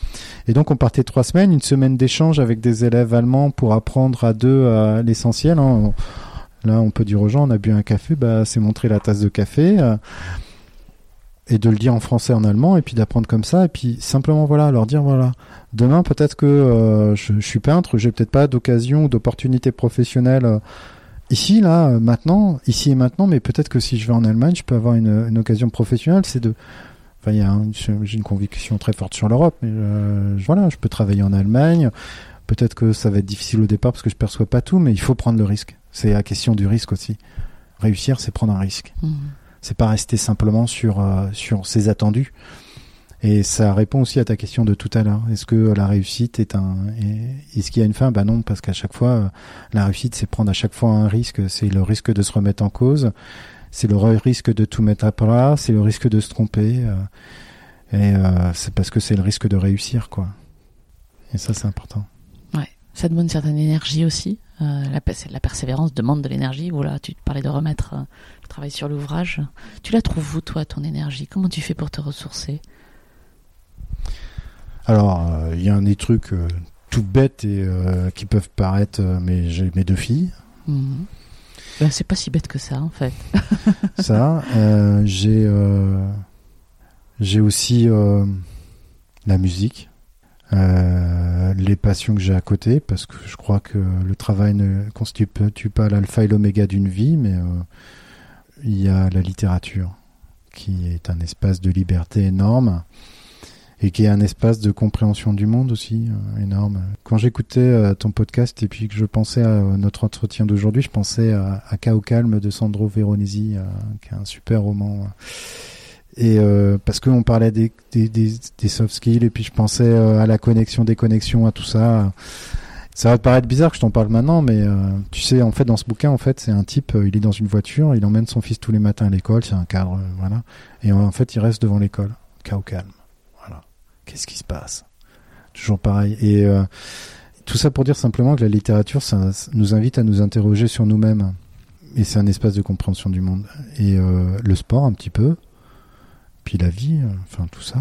Speaker 2: Et donc on partait 3 semaines, une semaine d'échange avec des élèves allemands pour apprendre à 2 à l'essentiel. Hein. Là, on peut dire aux gens, on a bu un café, c'est montrer la tasse de café. Et de le dire en français, en allemand, et puis d'apprendre comme ça, et puis simplement leur dire demain peut-être que je suis peintre, j'ai peut-être pas d'occasion ou d'opportunité professionnelle ici et maintenant, mais peut-être que si je vais en Allemagne, je peux avoir une occasion professionnelle. J'ai une conviction très forte sur l'Europe, mais je peux travailler en Allemagne. Peut-être que ça va être difficile au départ parce que je perçois pas tout, mais il faut prendre le risque. C'est la question du risque aussi. Réussir, c'est prendre un risque. C'est pas rester simplement sur ses attendus. Et ça répond aussi à ta question de tout à l'heure. Est-ce que la réussite est-ce qu'il y a une fin ? Non, parce qu'à chaque fois, la réussite, c'est prendre à chaque fois un risque. C'est le risque de se remettre en cause. C'est le risque de tout mettre à plat. C'est le risque de se tromper. C'est parce que c'est le risque de réussir, quoi. Et ça, c'est important.
Speaker 1: Ouais. Ça demande une certaine énergie aussi. La persévérance demande de l'énergie. Voilà, tu parlais de remettre le travail sur l'ouvrage. Tu la trouves où, toi, ton énergie ? Comment tu fais pour te ressourcer ?
Speaker 2: Alors, il y a des trucs tout bêtes et qui peuvent paraître, mais j'ai mes 2 filles.
Speaker 1: C'est pas si bête que ça, en fait.
Speaker 2: Ça, j'ai aussi la musique. Les passions que j'ai à côté, parce que je crois que le travail ne constitue pas l'alpha et l'oméga d'une vie, mais il y a la littérature, qui est un espace de liberté énorme, et qui est un espace de compréhension du monde aussi énorme. Quand j'écoutais ton podcast, et puis que je pensais à notre entretien d'aujourd'hui, je pensais à Chaos Calme de Sandro Veronesi, qui est un super roman. Et parce qu'on parlait des soft skills, et puis je pensais à la connexion, déconnexion, à tout ça. Ça va te paraître bizarre que je t'en parle maintenant, mais tu sais, en fait, dans ce bouquin, en fait, c'est un type, il est dans une voiture, il emmène son fils tous les matins à l'école, c'est un cadre, voilà. Et en fait, il reste devant l'école, chaos calme. Voilà. Qu'est-ce qui se passe ? Toujours pareil. Et tout ça pour dire simplement que la littérature, ça nous invite à nous interroger sur nous-mêmes. Et c'est un espace de compréhension du monde. Et le sport, un petit peu. Puis la vie, tout ça,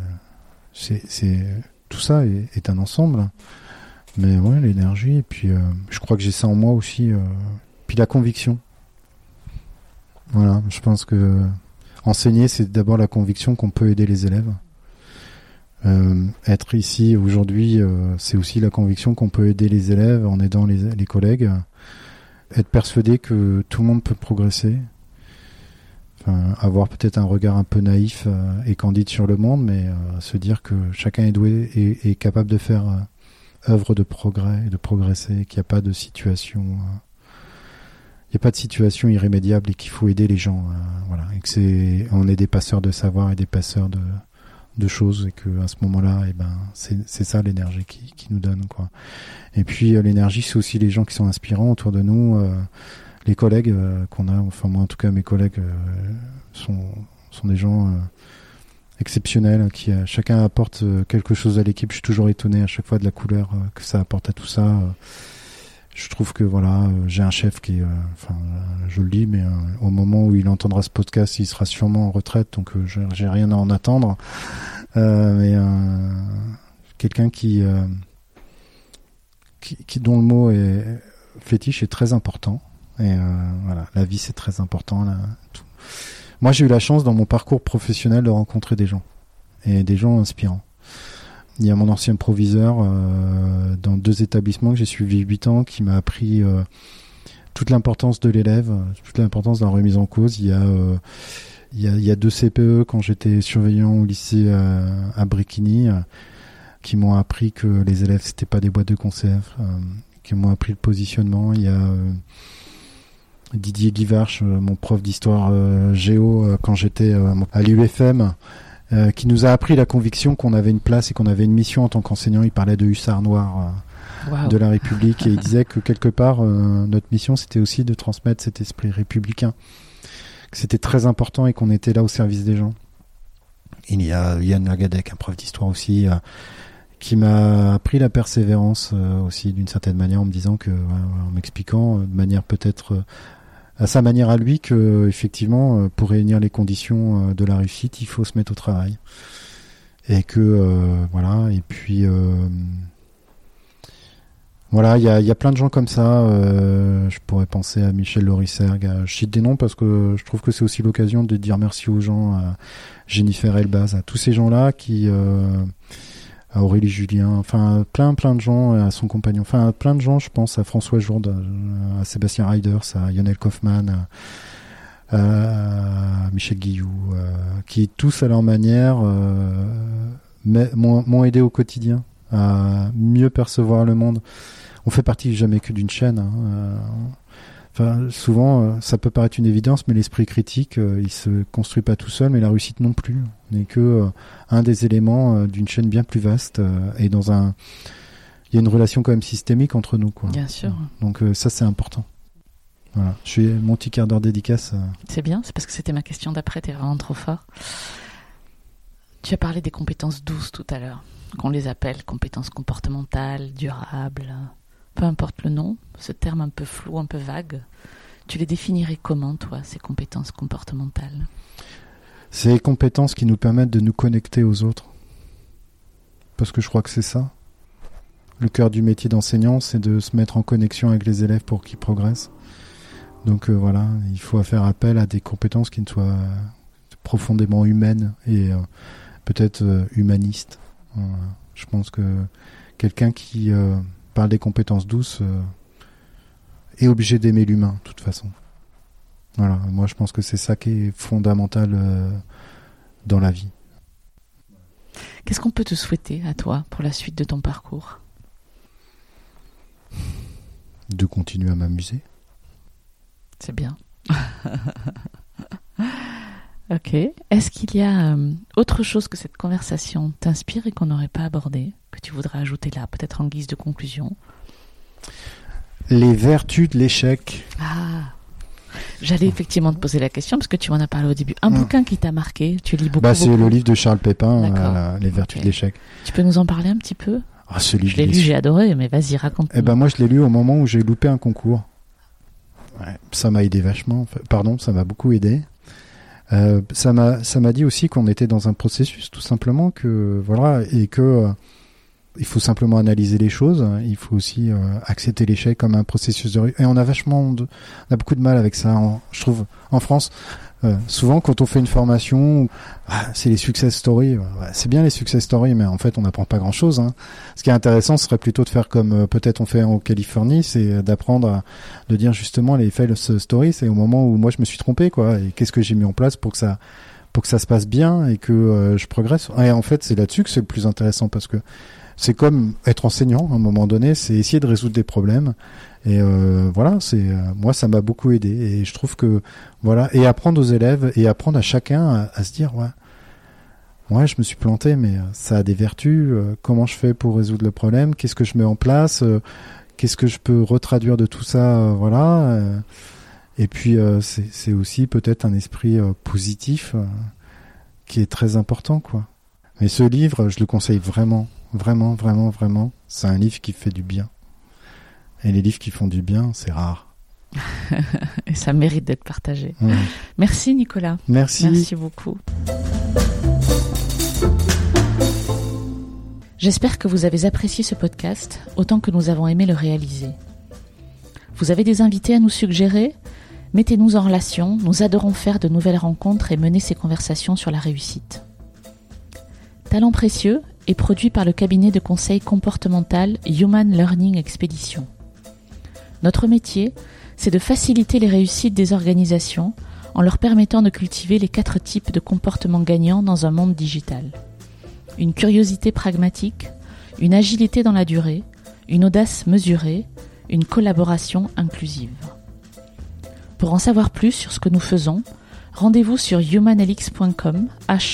Speaker 2: tout ça est un ensemble. Mais ouais, l'énergie, et puis je crois que j'ai ça en moi aussi. Puis la conviction. Voilà, je pense que enseigner, c'est d'abord la conviction qu'on peut aider les élèves. Être ici aujourd'hui, c'est aussi la conviction qu'on peut aider les élèves en aidant les collègues. Être persuadé que tout le monde peut progresser. Avoir peut-être un regard un peu naïf et candide sur le monde, mais se dire que chacun est doué et est capable de faire œuvre de progrès et de progresser, qu'il n'y a pas de situation irrémédiable et qu'il faut aider les gens, voilà, et que on est des passeurs de savoir et des passeurs de choses, et que à ce moment-là, c'est ça l'énergie qui nous donne, quoi. Et puis l'énergie, c'est aussi les gens qui sont inspirants autour de nous. Les collègues qu'on a, enfin moi en tout cas mes collègues sont des gens exceptionnels, qui chacun apporte quelque chose à l'équipe. Je suis toujours étonné à chaque fois de la couleur que ça apporte à tout ça. Je trouve que voilà, j'ai un chef qui est, je le dis, mais au moment où il entendra ce podcast, il sera sûrement en retraite, donc j'ai rien à en attendre. Mais quelqu'un qui dont le mot est fétiche est très important. Et voilà, la vie c'est très important là, tout. Moi j'ai eu la chance dans mon parcours professionnel de rencontrer des gens, et des gens inspirants. Il y a mon ancien proviseur dans 2 établissements que j'ai suivi 8 ans, qui m'a appris toute l'importance de l'élève, toute l'importance de la remise en cause. Il y a 2 CPE quand j'étais surveillant au lycée à Bréquigny, qui m'ont appris que les élèves c'était pas des boîtes de conserve, qui m'ont appris le positionnement. Il y a Didier Guivarch, mon prof d'histoire géo quand j'étais à l'UFM, qui nous a appris la conviction qu'on avait une place et qu'on avait une mission en tant qu'enseignant. Il parlait de hussards noirs de la République, et il disait que quelque part notre mission c'était aussi de transmettre cet esprit républicain, que c'était très important et qu'on était là au service des gens. Il y a Yann Lagadec, un prof d'histoire aussi, qui m'a appris la persévérance aussi d'une certaine manière, en me disant que, en m'expliquant de manière peut-être à sa manière à lui, que effectivement pour réunir les conditions de la réussite, il faut se mettre au travail. et que voilà. Et puis voilà, il y a plein de gens comme ça. Je pourrais penser à Michel Loricergue. Je cite des noms parce que je trouve que c'est aussi l'occasion de dire merci aux gens, à Jennifer Elbaz, à tous ces gens-là à Aurélie Julien, enfin plein de gens, à son compagnon, enfin plein de gens, je pense à François Jourde, à Sébastien Reiders, à Lionel Kaufmann, à Michel Guillou, qui tous à leur manière m'ont aidé au quotidien à mieux percevoir le monde. On fait partie jamais que d'une chaîne. Enfin, souvent, ça peut paraître une évidence, mais l'esprit critique, il se construit pas tout seul, mais la réussite non plus. On n'est que un des éléments d'une chaîne bien plus vaste, et il y a une relation quand même systémique entre nous, quoi.
Speaker 1: Bien sûr.
Speaker 2: Donc ça, c'est important. Voilà. Je suis mon petit quart d'heure dédicace.
Speaker 1: C'est bien, c'est parce que c'était ma question d'après, t'es vraiment trop fort. Tu as parlé des compétences douces tout à l'heure, qu'on les appelle compétences comportementales, durables. Peu importe le nom, ce terme un peu flou, un peu vague, tu les définirais comment, toi, ces compétences comportementales ?
Speaker 2: Ces compétences qui nous permettent de nous connecter aux autres. Parce que je crois que c'est ça. Le cœur du métier d'enseignant, c'est de se mettre en connexion avec les élèves pour qu'ils progressent. Donc voilà, il faut faire appel à des compétences qui soient profondément humaines et peut-être humanistes. Je pense que quelqu'un qui parle des compétences douces est obligé d'aimer l'humain, de toute façon. Voilà, moi je pense que c'est ça qui est fondamental dans la vie.
Speaker 1: Qu'est-ce qu'on peut te souhaiter à toi pour la suite de ton parcours ?
Speaker 2: De continuer à m'amuser.
Speaker 1: C'est bien. Ok. Est-ce qu'il y a autre chose que cette conversation t'inspire et qu'on n'aurait pas abordé, que tu voudrais ajouter là, peut-être en guise de conclusion ?
Speaker 2: Les vertus de l'échec.
Speaker 1: Ah, j'allais effectivement te poser la question parce que tu m'en as parlé au début. Un bouquin qui t'a marqué, tu lis beaucoup.
Speaker 2: C'est le livre de Charles Pépin, Les vertus de l'échec.
Speaker 1: Tu peux nous en parler un petit peu ?
Speaker 2: Ce livre,
Speaker 1: je l'ai lu, j'ai adoré, mais vas-y, raconte-moi.
Speaker 2: Moi, je l'ai lu au moment où j'ai loupé un concours. Ouais, ça m'a aidé vachement. Ça m'a beaucoup aidé. Ça m'a dit aussi qu'on était dans un processus, tout simplement, que voilà, et que il faut simplement analyser les choses. Il faut aussi accepter l'échec comme un processus de. Et on a beaucoup de mal avec ça. Je trouve en France. Souvent, quand on fait une formation, c'est les success stories. C'est bien les success stories, mais en fait, on n'apprend pas grand-chose. Ce qui est intéressant, ce serait plutôt de faire comme peut-être on fait en Californie, c'est d'apprendre de dire justement les fail stories. C'est au moment où moi je me suis trompé, quoi. Et qu'est-ce que j'ai mis en place pour que ça se passe bien et que je progresse. Et en fait, c'est là-dessus que c'est le plus intéressant parce que c'est comme être enseignant. À un moment donné, c'est essayer de résoudre des problèmes. Et voilà, moi ça m'a beaucoup aidé et je trouve que voilà, et apprendre aux élèves et apprendre à chacun à se dire ouais, je me suis planté, mais ça a des vertus. Comment je fais pour résoudre le problème ? Qu'est-ce que je mets en place ? Qu'est-ce que je peux retraduire de tout ça ? Voilà. Et puis c'est aussi peut-être un esprit positif qui est très important, quoi. Mais ce livre, je le conseille vraiment, vraiment, vraiment, vraiment. C'est un livre qui fait du bien. Et les livres qui font du bien, c'est rare.
Speaker 1: Et ça mérite d'être partagé.
Speaker 2: Ouais.
Speaker 1: Merci Nicolas.
Speaker 2: Merci
Speaker 1: beaucoup. J'espère que vous avez apprécié ce podcast autant que nous avons aimé le réaliser. Vous avez des invités à nous suggérer ? Mettez-nous en relation, nous adorons faire de nouvelles rencontres et mener ces conversations sur la réussite. Talent précieux est produit par le cabinet de conseil comportemental Human Learning Expedition. Notre métier, c'est de faciliter les réussites des organisations en leur permettant de cultiver les 4 types de comportements gagnants dans un monde digital. Une curiosité pragmatique, une agilité dans la durée, une audace mesurée, une collaboration inclusive. Pour en savoir plus sur ce que nous faisons, rendez-vous sur humanlx.com,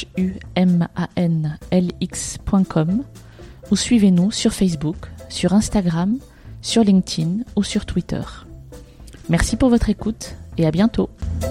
Speaker 1: humanlx.com, ou suivez-nous sur Facebook, sur Instagram, sur LinkedIn ou sur Twitter. Merci pour votre écoute et à bientôt.